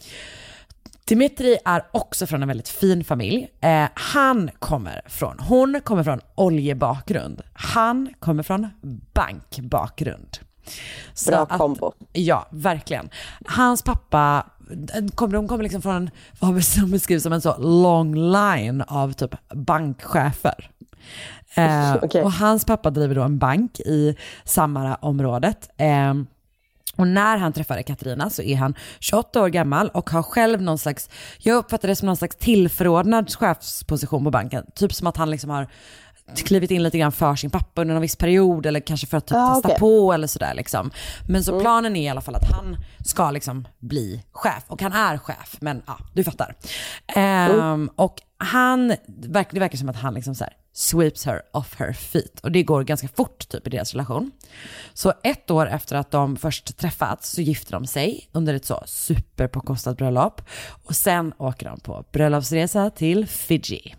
Dmitri är också från en väldigt fin familj. Eh, han kommer från, hon kommer från oljebakgrund. Han kommer från bankbakgrund. Så bra kombo. Att, ja, verkligen. Hans pappa kom, de kommer liksom från en, vad som beskrivs som en så long line av typ bankchefer. Eh, okay. Och hans pappa driver då en bank i Samara-området. Eh, och när han träffar Ekaterina så är han tjugoåtta år gammal och har själv någon slags, jag uppfattar det som någon slags tillförordnad chefsposition på banken. Typ som att han liksom har klivit in lite grann för sin pappa under en viss period eller kanske för att typ ah, testa okay. på eller sådär liksom. Men så planen är i alla fall att han ska liksom bli chef och han är chef, men ja, du fattar. Mm. Um, och han, det verkar som att han liksom så här sweeps her off her feet och det går ganska fort typ i deras relation. Så ett år efter att de först träffats så gifter de sig under ett så superpåkostat bröllop och sen åker de på bröllopsresa till Fiji.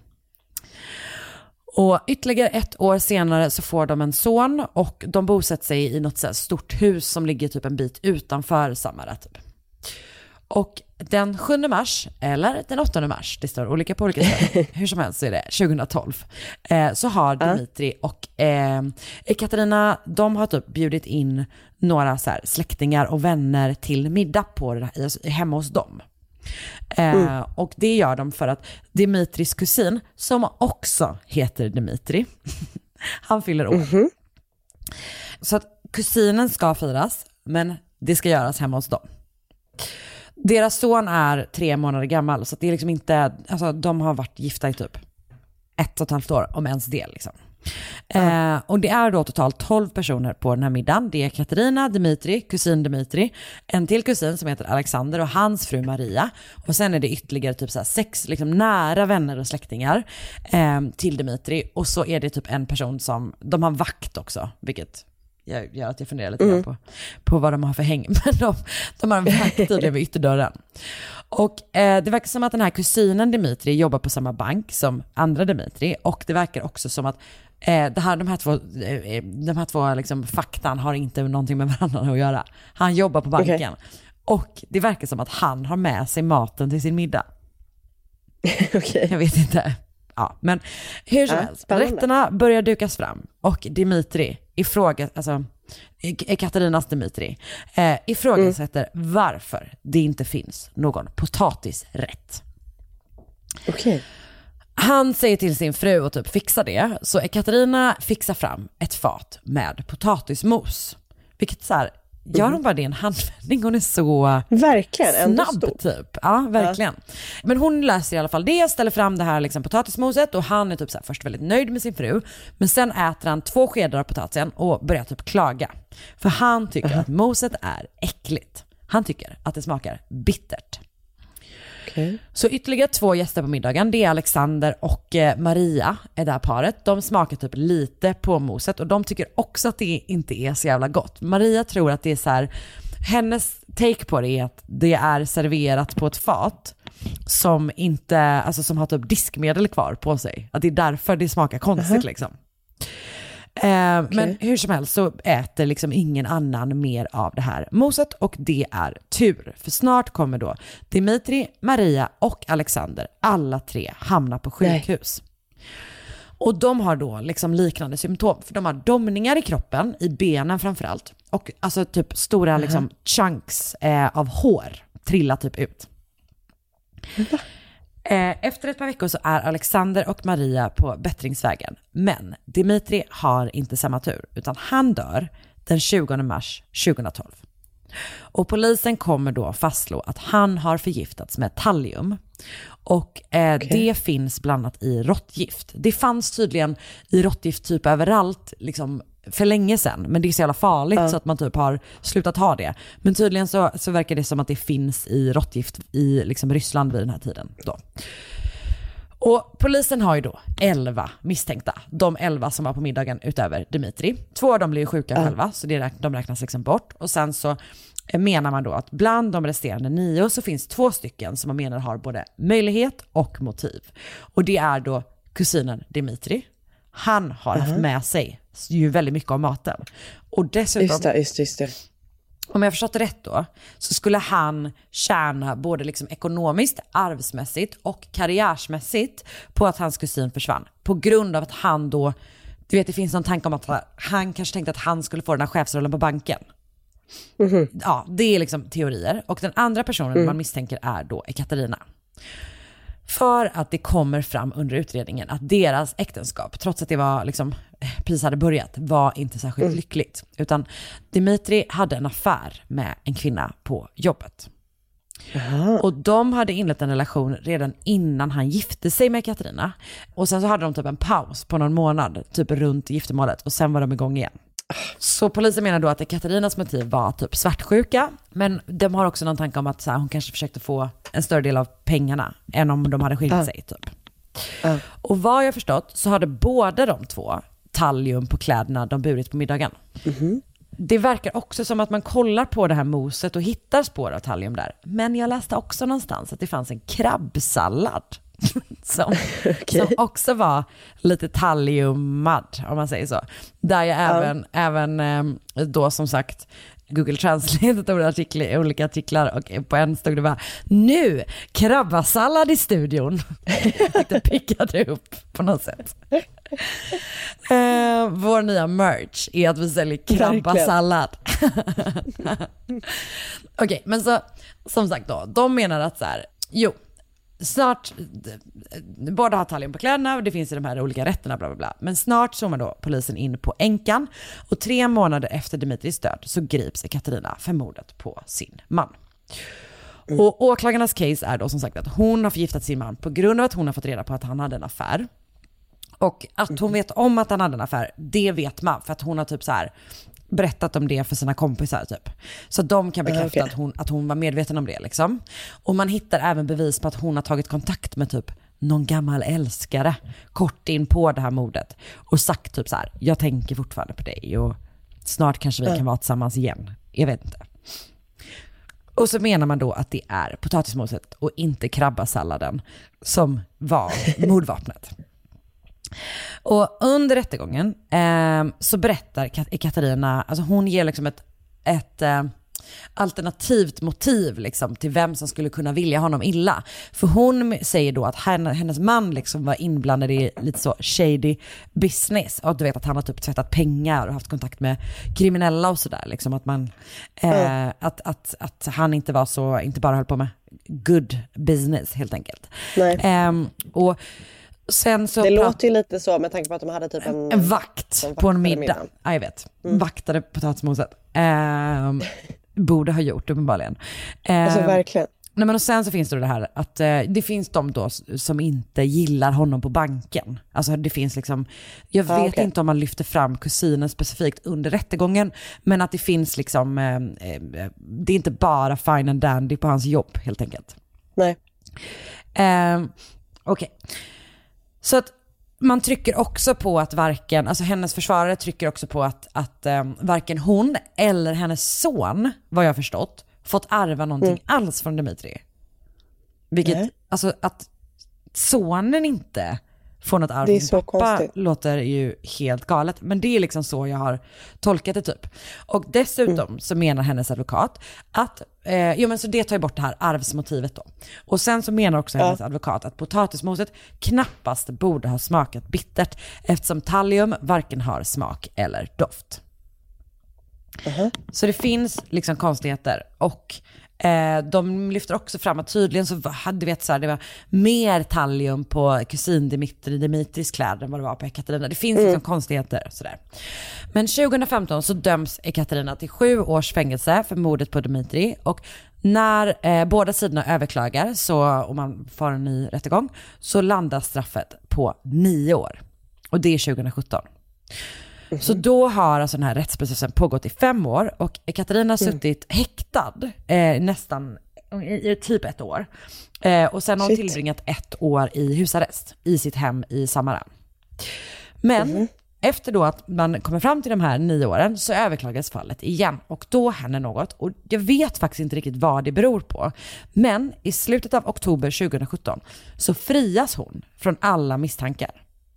Och ytterligare ett år senare så får de en son och de bosätter sig i något så här stort hus som ligger typ en bit utanför Samara typ. Och den sjunde mars eller den åttonde mars, det står olika på olika ställen, hur som helst så är det tjugohundratolv, eh, så har Dmitri och eh, Ekaterina, de har typ bjudit in några så här släktingar och vänner till middag på det här, hemma hos dem. Mm. Eh, och det gör de för att Dimitris kusin, som också heter Dimitri, han fyller år. Mm-hmm. Så att kusinen ska firas, men det ska göras hemma hos dem. Deras son är tre månader gammal, så att det är liksom inte, alltså de har varit gifta i typ ett och ett halvt år, om ens det liksom. Mm. Eh, och det är då totalt tolv personer på den här middagen. Det är Katarina, Dimitri, kusin Dimitri, en till kusin som heter Alexander och hans fru Maria. Och sen är det ytterligare typ så här sex liksom nära vänner och släktingar eh, till Dimitri. Och så är det typ en person som, de har vakt också, vilket gör att jag funderar lite mm. på, på vad de har för häng. Men de, de har en vakt tydligen vid ytterdörren. Och eh, det verkar som att den här kusinen Dimitri jobbar på samma bank som andra Dimitri. Och det verkar också som att eh, det här, de här två, eh, de här två liksom, faktan har inte någonting med varandra att göra. Han jobbar på banken. Okay. Och det verkar som att han har med sig maten till sin middag. Okay. Jag vet inte. Ja, men hur som ja, helst, spännande. Rätterna börjar dukas fram och Dimitri ifråga, alltså Katarinas Dimitri eh, ifrågasätter mm. varför det inte finns någon potatisrätt. Okej. Okay. Han säger till sin fru att typ fixa det, så Katarina fixar fram ett fat med potatismos. Vilket så här, gör hon bara det en handvändning, hon är så verkligen, snabb typ. Ja, verkligen. Ja. Men hon läser i alla fall det, ställer fram det här liksom potatismoset och han är typ så här först väldigt nöjd med sin fru. Men sen äter han två skedar av potatisen och börjar typ klaga. För han tycker uh-huh. att moset är äckligt. Han tycker att det smakar bittert. Okay. Så ytterligare två gäster på middagen, det är Alexander och Maria, är det här paret. De smakar typ lite på moset och de tycker också att det inte är så jävla gott. Maria tror att det är så här, hennes take på det är att det är serverat på ett fat som inte, alltså som har typ diskmedel kvar på sig. Att det är därför det smakar konstigt uh-huh. liksom. Eh, okay. Men hur som helst så äter liksom ingen annan mer av det här moset, och det är tur. För snart kommer då Dimitri, Maria och Alexander, alla tre hamna på sjukhus. Nej. Och de har då liksom liknande symptom, för de har domningar i kroppen, i benen framförallt, och alltså typ stora uh-huh. liksom chunks eh, av hår trillar typ ut. Va? Efter ett par veckor så är Alexander och Maria på bättringsvägen. Men Dimitri har inte samma tur, utan han dör den tjugonde mars tjugohundratolv. Och polisen kommer då fastslå att han har förgiftats med tallium. Och eh, okay. det finns bland annat i råttgift. Det fanns tydligen i råttgift typ överallt liksom för länge sedan, men det är så jävla farligt uh. så att man typ har slutat ha det. Men tydligen så, så verkar det som att det finns i råttgift i liksom Ryssland vid den här tiden då. Och polisen har ju då elva misstänkta. De elva som var på middagen utöver Dimitri. Två av dem blir sjuka uh. själva, så det, de räknas liksom bort. Och sen så menar man då att bland de resterande nio så finns två stycken som man menar har både möjlighet och motiv. Och det är då kusinen Dimitri. Han har uh-huh. haft med sig ju väldigt mycket av maten. Och dessutom, just det, just det, just det. Om jag förstått rätt då, så skulle han tjäna både liksom ekonomiskt, arvsmässigt och karriärsmässigt på att hans kusin försvann. På grund av att han då, du vet, det finns någon tanke om att han kanske tänkte att han skulle få den här chefsrollen på banken. Mm-hmm. Ja, det är liksom teorier. Och den andra personen mm. man misstänker är då Ekaterina. För att det kommer fram under utredningen att deras äktenskap, trots att det var liksom, precis hade börjat, var inte särskilt mm. lyckligt. Utan Dimitri hade en affär med en kvinna på jobbet. Aha. Och de hade inlett en relation redan innan han gifte sig med Katarina. Och sen så hade de typ en paus på någon månad, typ runt giftermålet. Och sen var de igång igen. Så polisen menar då att Katarinas motiv var typ svartsjuka, men de har också någon tanke om att så här, hon kanske försökte få en större del av pengarna än om de hade skilt uh. sig typ. Uh. Och vad jag förstått så hade båda de två tallium på kläderna de burit på middagen. Mm-hmm. Det verkar också som att man kollar på det här moset och hittar spår av tallium där. Men jag läste också någonstans att det fanns en krabbsallad som, okay. som också var lite talliummad, om man säger så. Där jag ja. även, även eh, då som sagt Google Translate olika artiklar, olika artiklar och på en stod det bara nu, krabbasallad i studion. Det pickade upp på något sätt. Eh, vår nya merch är att vi säljer krabbasallad. Okej, okay, men så som sagt då, de menar att så här, jo, snart, båda har tallium på kläderna och det finns i de här olika rätterna bla bla bla. Men snart zoomar då polisen in på änkan och tre månader efter Dimitris död så grips Katarina för mordet på sin man. Mm. Och åklagarnas case är då som sagt att hon har förgiftat sin man på grund av att hon har fått reda på att han hade en affär. Och att hon vet om att han hade en affär, det vet man för att hon har typ så här berättat om det för sina kompisar typ. Så de kan bekräfta okay. att, hon, att hon var medveten om det liksom. Och man hittar även bevis på att hon har tagit kontakt med typ någon gammal älskare kort in på det här mordet och sagt typ så här: jag tänker fortfarande på dig och snart kanske vi kan vara tillsammans igen. Jag vet inte. Och så menar man då att det är potatismoset och inte krabbasalladen som var mordvapnet. Och under rättegången eh, så berättar Katarina, alltså hon ger liksom ett, ett eh, alternativt motiv liksom till vem som skulle kunna vilja honom illa. För hon säger då att henne, hennes man liksom var inblandad i lite så shady business. Och du vet att han har typ tvättat pengar och haft kontakt med kriminella och sådär. Liksom att, man, eh, mm. att, att, att han inte var så, inte bara höll på med good business helt enkelt. Nej. Eh, och Sen så det låter ju lite så med tanke på att de hade typ en, en vakt på en middag. Ja, jag vet. Mm. Vaktade potatismoset. Eh, borde ha gjort uppenbarligen. Eh, alltså verkligen. Nej, men och sen så finns det det här att eh, det finns de då som inte gillar honom på banken. Alltså det finns liksom, jag vet ah, okay. inte om man lyfter fram kusinen specifikt under rättegången, men att det finns liksom, eh, eh, det är inte bara fine and dandy på hans jobb helt enkelt. Nej. Eh, Okej. Okay. Så att man trycker också på att varken, alltså hennes försvarare trycker också på att, att um, varken hon eller hennes son, vad jag förstått, fått ärva någonting mm. alls från Dimitri. Vilket, mm. alltså att sonen inte få något arv Det är från så pappa konstigt. låter ju helt galet. Men det är liksom så jag har tolkat det typ. Och dessutom mm. så menar hennes advokat att, eh, jo men så det tar ju bort det här arvsmotivet då. Och sen så menar också hennes ja. advokat att potatismoset knappast borde ha smakat bittert eftersom thallium varken har smak eller doft. Uh-huh. Så det finns liksom konstigheter och eh, de lyfter också fram att tydligen så hade vet så här, det var mer thallium på kusin Dimitri Dimitris kläder än vad det var på Ekaterina. Det finns mm. liksom konstigheter sådär. Men tjugo femton så döms Ekaterina till sju års fängelse för mordet på Dimitri och när eh, båda sidorna överklagar så om man får en ny rättegång så landar straffet på nio år. Och det är tjugo sjutton. Mm-hmm. Så då har alltså den här rättsprocessen pågått i fem år och Ekaterina har suttit mm. häktad eh, nästan i, i typ ett år. Eh, och sen har hon tillbringat ett år i husarrest i sitt hem i Samara. Men mm-hmm. efter då att man kommer fram till de här nio åren så överklagas fallet igen och då händer något och jag vet faktiskt inte riktigt vad det beror på. Men i slutet av oktober tjugo sjutton så frias hon från alla misstankar.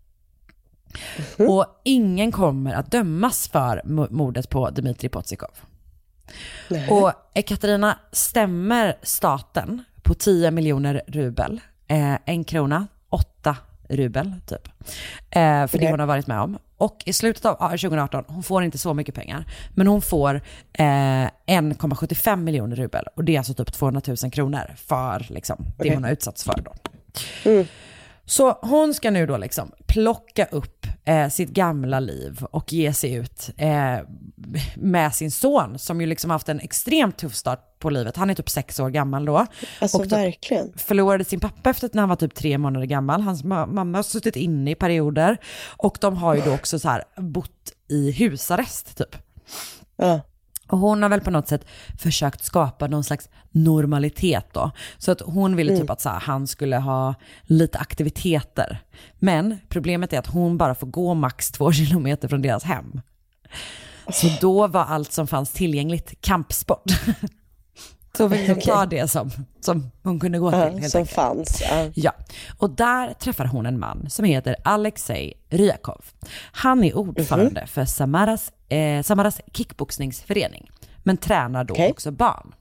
Mm-hmm. Och ingen kommer att dömas för mordet på Dmitrij Potsikov. Nej. Och Ekaterina stämmer staten på tio miljoner rubel. Eh, en krona, åtta rubel typ. Eh, för det hon har varit med om. Och i slutet av tjugo arton, hon får inte så mycket pengar. Men hon får eh, en komma sjuttiofem miljoner rubel. Och det är alltså typ tvåhundratusen kronor för liksom, det okay. hon har utsatts för då. Mm. Så hon ska nu då liksom plocka upp eh, sitt gamla liv och ge sig ut eh, med sin son som ju liksom haft en extremt tuff start på livet. Han är typ sex år gammal då. Alltså och verkligen. Förlorade sin pappa efter att när han var typ tre månader gammal. Hans ma- mamma har suttit inne i perioder och de har ju då också så här bott i husarrest typ. Ja. Och hon har väl på något sätt försökt skapa någon slags normalitet då. Så att hon ville typ mm. att så här, han skulle ha lite aktiviteter. Men problemet är att hon bara får gå max två kilometer från deras hem. Så då var allt som fanns tillgängligt kampsport. Så vi kan ta det som, som hon kunde gå till. Uh, helt som enkelt. fanns. Uh. Ja, och där träffar hon en man som heter Alexej Ryakov. Han är ordförande mm-hmm. för Samaras, eh, Samaras kickboxningsförening. Men tränar då okay. också barn.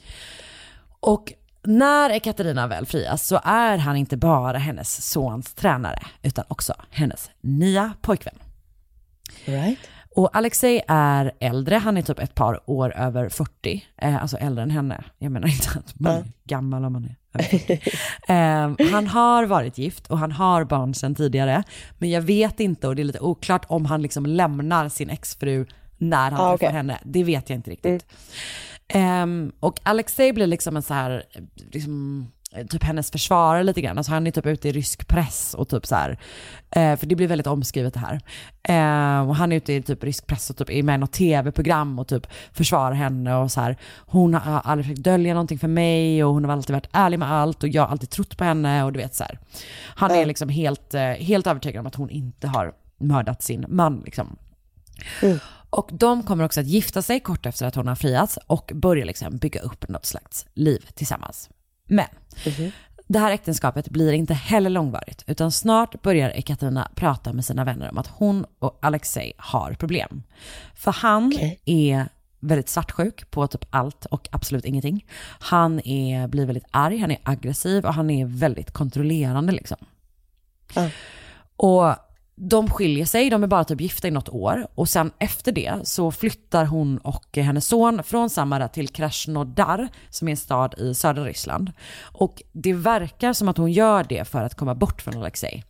Och när Ekaterina väl frias så är han inte bara hennes sons tränare utan också hennes nya pojkvän. Right. Och Alexej är äldre, han är typ ett par år över fyrtio, eh, alltså äldre än henne. Jag menar inte att man är mm. gammal om man är över fyrtio. eh, han har varit gift och han har barn sedan tidigare. Men jag vet inte och det är lite oklart om han liksom lämnar sin exfru när han ah, träffar okay. henne. Det vet jag inte riktigt. Mm. Eh, och Alexej blir liksom en så här... Liksom, typ hennes försvarare lite grann. Alltså han är typ ute i rysk press och typ så här. Eh, för det blir väldigt omskrivet det här. Eh, och han är ute i typ rysk press och typ är med i något tv-program och typ försvarar henne och så här. Hon har aldrig försökt dölja någonting för mig och hon har alltid varit ärlig med allt och jag har alltid trott på henne och du vet så här. Han är liksom helt, eh, helt övertygad om att hon inte har mördat sin man liksom. Mm. Och de kommer också att gifta sig kort efter att hon har friats och börja liksom bygga upp något slags liv tillsammans. Men mm-hmm. det här äktenskapet blir inte heller långvarigt utan snart börjar Ekaterina prata med sina vänner om att hon och Alexej har problem. För han okay. är väldigt svartsjuk på typ allt och absolut ingenting. Han är, blir väldigt arg, han är aggressiv och han är väldigt kontrollerande liksom. Mm. Och de skiljer sig, de är bara typ gifta i något år och sen efter det så flyttar hon och hennes son från Samara till Krasnodar som är en stad i södra Ryssland. Och det verkar som att hon gör det för att komma bort från Alexej.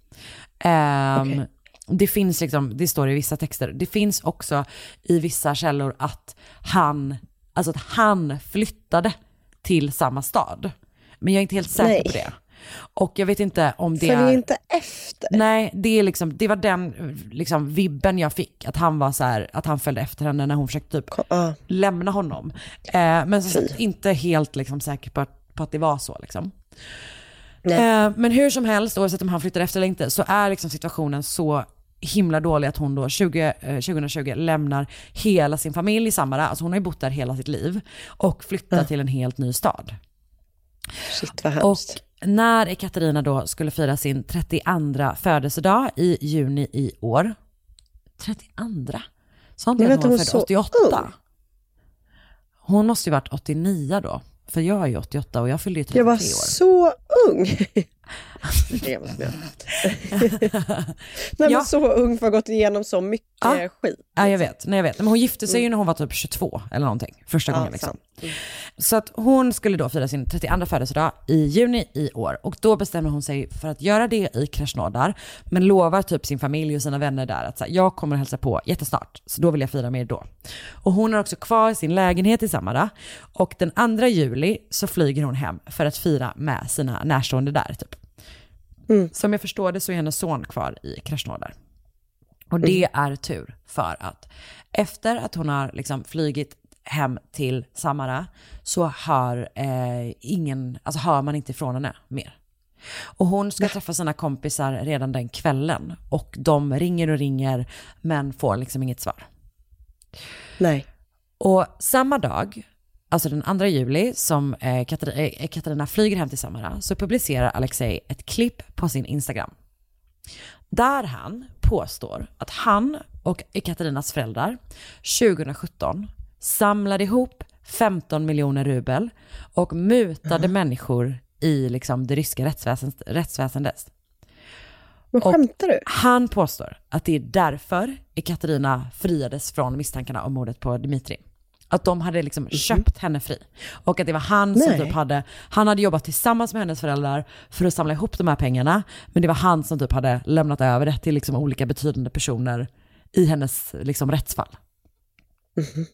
Um, okay. Det finns liksom, det står i vissa texter, det finns också i vissa källor att han, alltså att han flyttade till samma stad. Men jag är inte helt säker Nej. på det. Och jag vet inte om det Följer är... inte efter. Nej, det är liksom, det var den liksom vibben jag fick. Att han var så här, att han följde efter henne när hon försökte typ uh. lämna honom. Eh, men så, inte helt liksom säker på att, på att det var så liksom. Eh, men hur som helst, oavsett om han flyttar efter eller inte, så är liksom situationen så himla dålig att hon då tjugo, eh, tjugohundratjugo lämnar hela sin familj i Samara. Alltså hon har ju bott där hela sitt liv och flyttar uh. till en helt ny stad. Shit, vad hemskt. Och när Ekaterina då skulle fira sin trettioandra födelsedag i juni i år. trettioandra? Så hon var född åttioåtta. Ung. Hon måste ju varit åttionio då. För jag är ju åttioåtta och jag fyllde ju trettiotre år. Jag var så ung. Det var Nej, ja. men så ung för att ha gått igenom så mycket ja. skit. Ja, jag vet. Nej, jag vet. Men hon gifte sig mm. ju när hon var typ tjugotvå eller någonting. Första ja, gången liksom. Mm. Så att hon skulle då fira sin trettioandra födelsedag i juni i år. Och då bestämmer hon sig för att göra det i Krasnodar. Men lovar typ sin familj och sina vänner där att så här, jag kommer att hälsa på jättesnart. Så då vill jag fira med er då. Och hon har också kvar sin lägenhet i Samara. Och den andra juli så flyger hon hem för att fira med sina närstående där typ. Mm. Som jag förstår det så är hennes son kvar i Krasnodar. Och det är tur för att efter att hon har liksom flygit hem till Samara så hör eh, ingen, alltså hör man inte ifrån henne mer. Och hon ska träffa sina kompisar redan den kvällen och de ringer och ringer men får liksom inget svar. Nej. Och samma dag, alltså den andra juli som eh, Katarina, eh, Katarina flyger hem till Samara så publicerar Alexej ett klipp på sin Instagram. Där han påstår att han och Katarinas föräldrar tjugohundrasjutton samlade ihop femton miljoner rubel och mutade mm. människor i liksom det ryska rättsväsendet. rättsväsendet. Vad skämtar du? Han påstår att det är därför Katarina friades från misstankarna om mordet på Dmitri. Att de hade liksom mm. köpt henne fri. Och att det var han som typ hade, han hade jobbat tillsammans med hennes föräldrar för att samla ihop de här pengarna. Men det var han som typ hade lämnat över det till liksom olika betydande personer i hennes liksom rättsfall. Mm.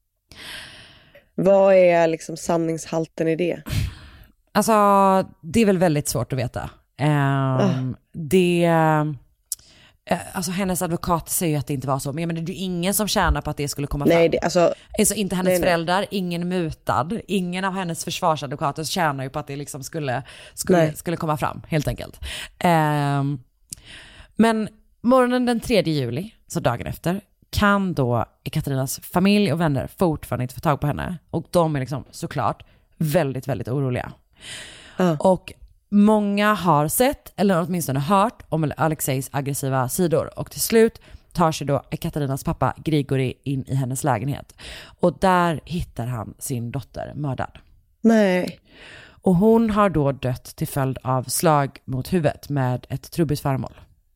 Vad är liksom sanningshalten i det? Alltså, det är väl väldigt svårt att veta. Um, uh. Det... Alltså hennes advokat säger ju att det inte var så. Men det är ju ingen som tjänar på att det skulle komma nej, fram. Det, alltså, alltså inte hennes nej, föräldrar, nej. Ingen mutad. Ingen av hennes försvarsadvokater tjänar ju på att det liksom skulle, skulle, skulle komma fram, helt enkelt. Um, men morgonen den tredje juli, så dagen efter, kan då Katarinas familj och vänner fortfarande inte få tag på henne. Och de är liksom såklart väldigt, väldigt oroliga. Uh. Och många har sett, eller åtminstone hört, om Alexejs aggressiva sidor. Och till slut tar sig då Katarinas pappa Grigori in i hennes lägenhet. Och där hittar han sin dotter mördad. Nej. Och hon har då dött till följd av slag mot huvudet med ett trubbigt föremål.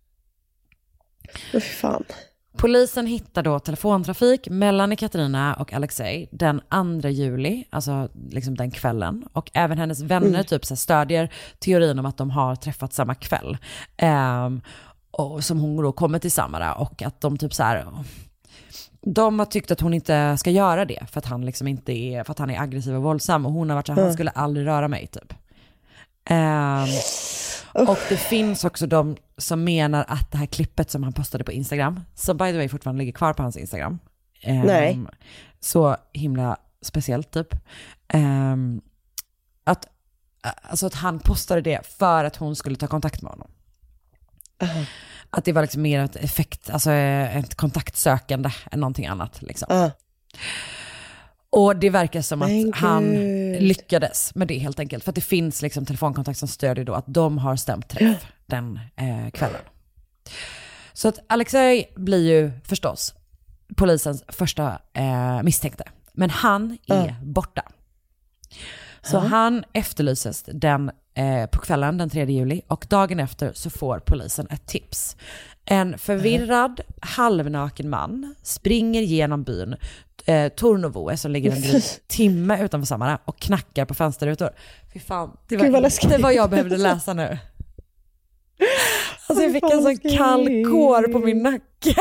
Fy fan. Polisen hittar då telefontrafik mellan Katarina och Alexej den andra juli, alltså liksom den kvällen. Och även hennes vänner mm. typ så stödjer teorin om att de har träffat samma kväll. Um, och som hon då kommer till Samara och att de typ så här, de har tyckt att hon inte ska göra det för att han liksom inte är, för att han är aggressiv och våldsam. Och hon har varit så här, mm. han skulle aldrig röra mig typ. Um, och det finns också de som menar att det här klippet som han postade på Instagram, som by the way fortfarande ligger kvar på hans Instagram, um, Nej. så himla speciellt typ, um, att, alltså att han postade det för att hon skulle ta kontakt med honom. Uh-huh. Att det var liksom mer ett effekt, alltså ett kontaktsökande än någonting annat liksom. Uh. Och det verkar som att Men han Gud. lyckades med det helt enkelt. För att det finns liksom telefonkontakt som stödjer då att de har stämt träff den eh, kvällen. Så att Alexej blir ju förstås polisens första eh, misstänkte. Men han är uh. borta. Så uh. han efterlyses den, eh, på kvällen den tredje juli. Och dagen efter så får polisen ett tips. En förvirrad, uh. halvnaken man springer genom byn Eh, Tornovo som ligger en timme utanför Samara och knackar på fönsterrutor. Fy fan, det var inte vad jag behövde läsa nu. Alltså jag fick en sån kall kår på min nacke.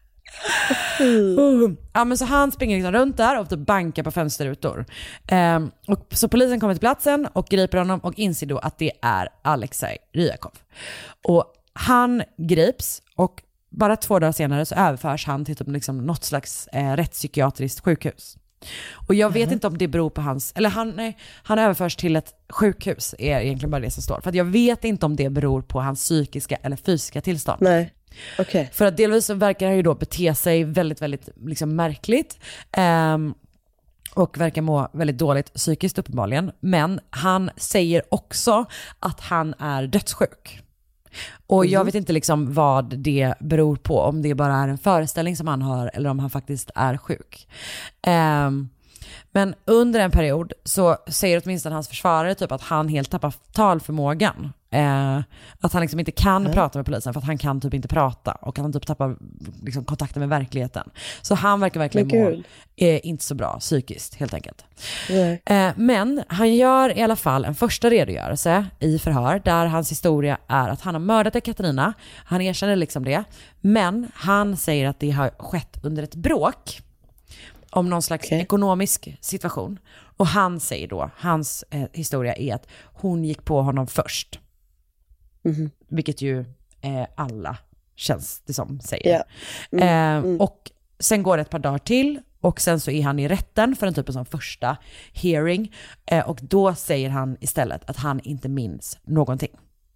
uh. Ja, men så han springer liksom runt där och typ bankar på fönsterrutor. Eh, och så polisen kommer till platsen och griper honom och inser då att det är Alexej Ryakov. Och han grips och bara två dagar senare så överförs han till typ liksom något slags eh, rättspsykiatriskt sjukhus. Och jag vet mm. inte om det beror på hans... Eller han, nej, han överförs till ett sjukhus är egentligen bara det som står. För att jag vet inte om det beror på hans psykiska eller fysiska tillstånd. Nej, okej. Okay. För att delvis så verkar han ju då bete sig väldigt, väldigt liksom märkligt. Um, och verkar må väldigt dåligt psykiskt uppenbarligen. Men han säger också att han är dödssjuk. Och jag vet inte liksom vad det beror på, om det bara är en föreställning som han har eller om han faktiskt är sjuk. Um, men under en period så säger åtminstone hans försvarare typ att han helt tappar talförmågan. Uh, att han liksom inte kan mm. prata med polisen för att han kan typ inte prata och han typ tappar liksom kontakten med verkligheten. Så han verkar verkligen må eh, inte så bra psykiskt helt enkelt. Mm. Uh, men han gör i alla fall en första redogörelse i förhör där hans historia är att han har mördat Ekaterina. Han erkänner liksom det. Men han säger att det har skett under ett bråk om någon slags okay. ekonomisk situation. Och han säger då, hans eh, historia är att hon gick på honom först. Mm-hmm. Vilket ju eh, alla känns det som säger. Yeah. Mm. Eh, mm. Och sen går det ett par dagar till och sen så är han i rätten för en typ av sån första hearing. Eh, och då säger han istället att han inte minns någonting.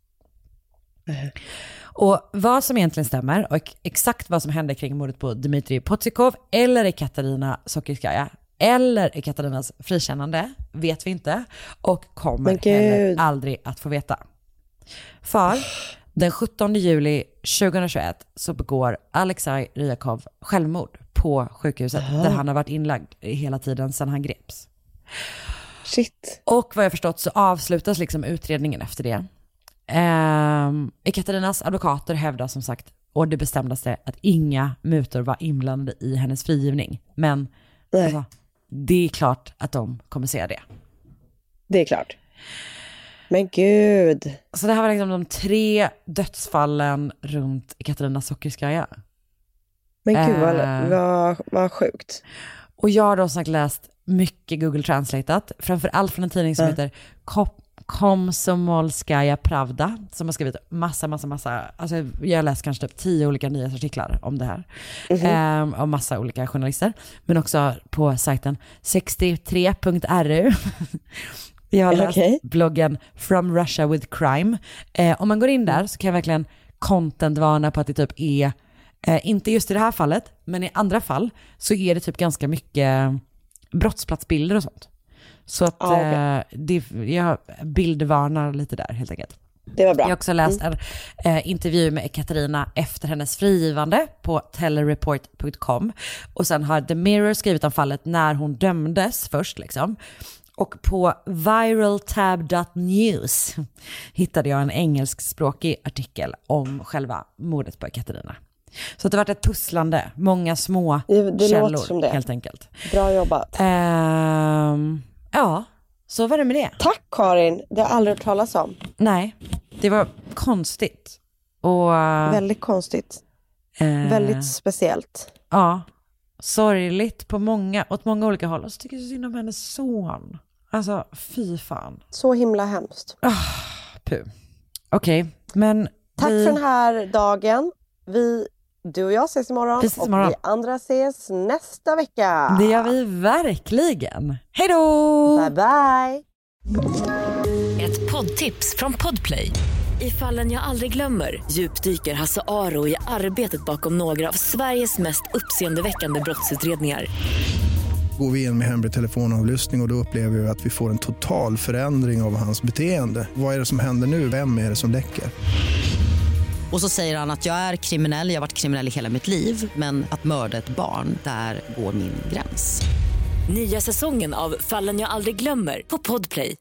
Mm. Och vad som egentligen stämmer och exakt vad som hände kring mordet på Dmitrij Potsykov eller Ekaterina Sokirskaja eller Ekatarinas frikännande vet vi inte och kommer heller aldrig att få veta. För den sjuttonde juli tjugohundratjugoett så begår Alexej Ryakov självmord på sjukhuset Aha. där han har varit inlagd hela tiden sedan han greps. Shit. Och vad jag förstått så avslutas liksom utredningen efter det. Um, Ekatarinas advokater hävdar som sagt och det bestämdaste att inga mutor var inblandade i hennes frigivning. Men alltså, det är klart att de kommer säga det. Det är klart. Men gud. Så det här var liksom de tre dödsfallen runt Ekaterina Sokirskaja. Men gud, vad, uh, vad, vad sjukt. Och jag har då sagt läst mycket Google Translateat. Framförallt från en tidning som uh. heter Kop Komsomolskaja Pravda som har skrivit massa, massa, massa alltså jag har läst kanske typ tio olika nyhetsartiklar om det här mm-hmm. ehm, av massa olika journalister men också på sajten sextiotre punkt r u jag har läst okay. bloggen From Russia with Crime. Eh, om man går in där så kan jag verkligen content-varna på att det typ är eh, inte just i det här fallet men i andra fall så är det typ ganska mycket brottsplatsbilder och sånt. Så att ah, okay. eh, det, jag bildvarnar lite där helt enkelt. Det var bra. Jag har också läst mm. en eh, intervju med Ekaterina efter hennes frigivande på telereport punkt com. Och sen har The Mirror skrivit om fallet när hon dömdes först liksom. Och på viraltab punkt news hittade jag en engelskspråkig artikel om själva mordet på Ekaterina. Så det har varit ett pusslande, många små det, det källor låter som det. Helt enkelt. Bra jobbat. Ehm... Ja, så var det med det. Tack Karin, det har jag aldrig hört talas om. Nej, det var konstigt. Och, väldigt konstigt. Eh, väldigt speciellt. Ja, sorgligt på många, åt många olika håll. Och så tycker jag så synd om hennes son. Alltså, fy fan. Så himla hemskt. Ah, puh. Okej, okay, men... Tack vi... för den här dagen. Vi... Du och jag ses imorgon, ses imorgon. Och vi andra ses nästa vecka. Det gör vi verkligen. Hej då! Bye bye! Ett poddtips från Podplay. I Fallen jag aldrig glömmer djupdyker Hasse Aro i arbetet bakom några av Sveriges mest uppseendeväckande brottsutredningar. Går vi in med hemlig telefonavlyssning och, och då upplever vi att vi får en total förändring av hans beteende. Vad är det som händer nu? Vem är det som läcker? Och så säger han att jag är kriminell, jag har varit kriminell i hela mitt liv. Men att mörda ett barn, där går min gräns. Nya säsongen av Fallen jag aldrig glömmer på Podplay.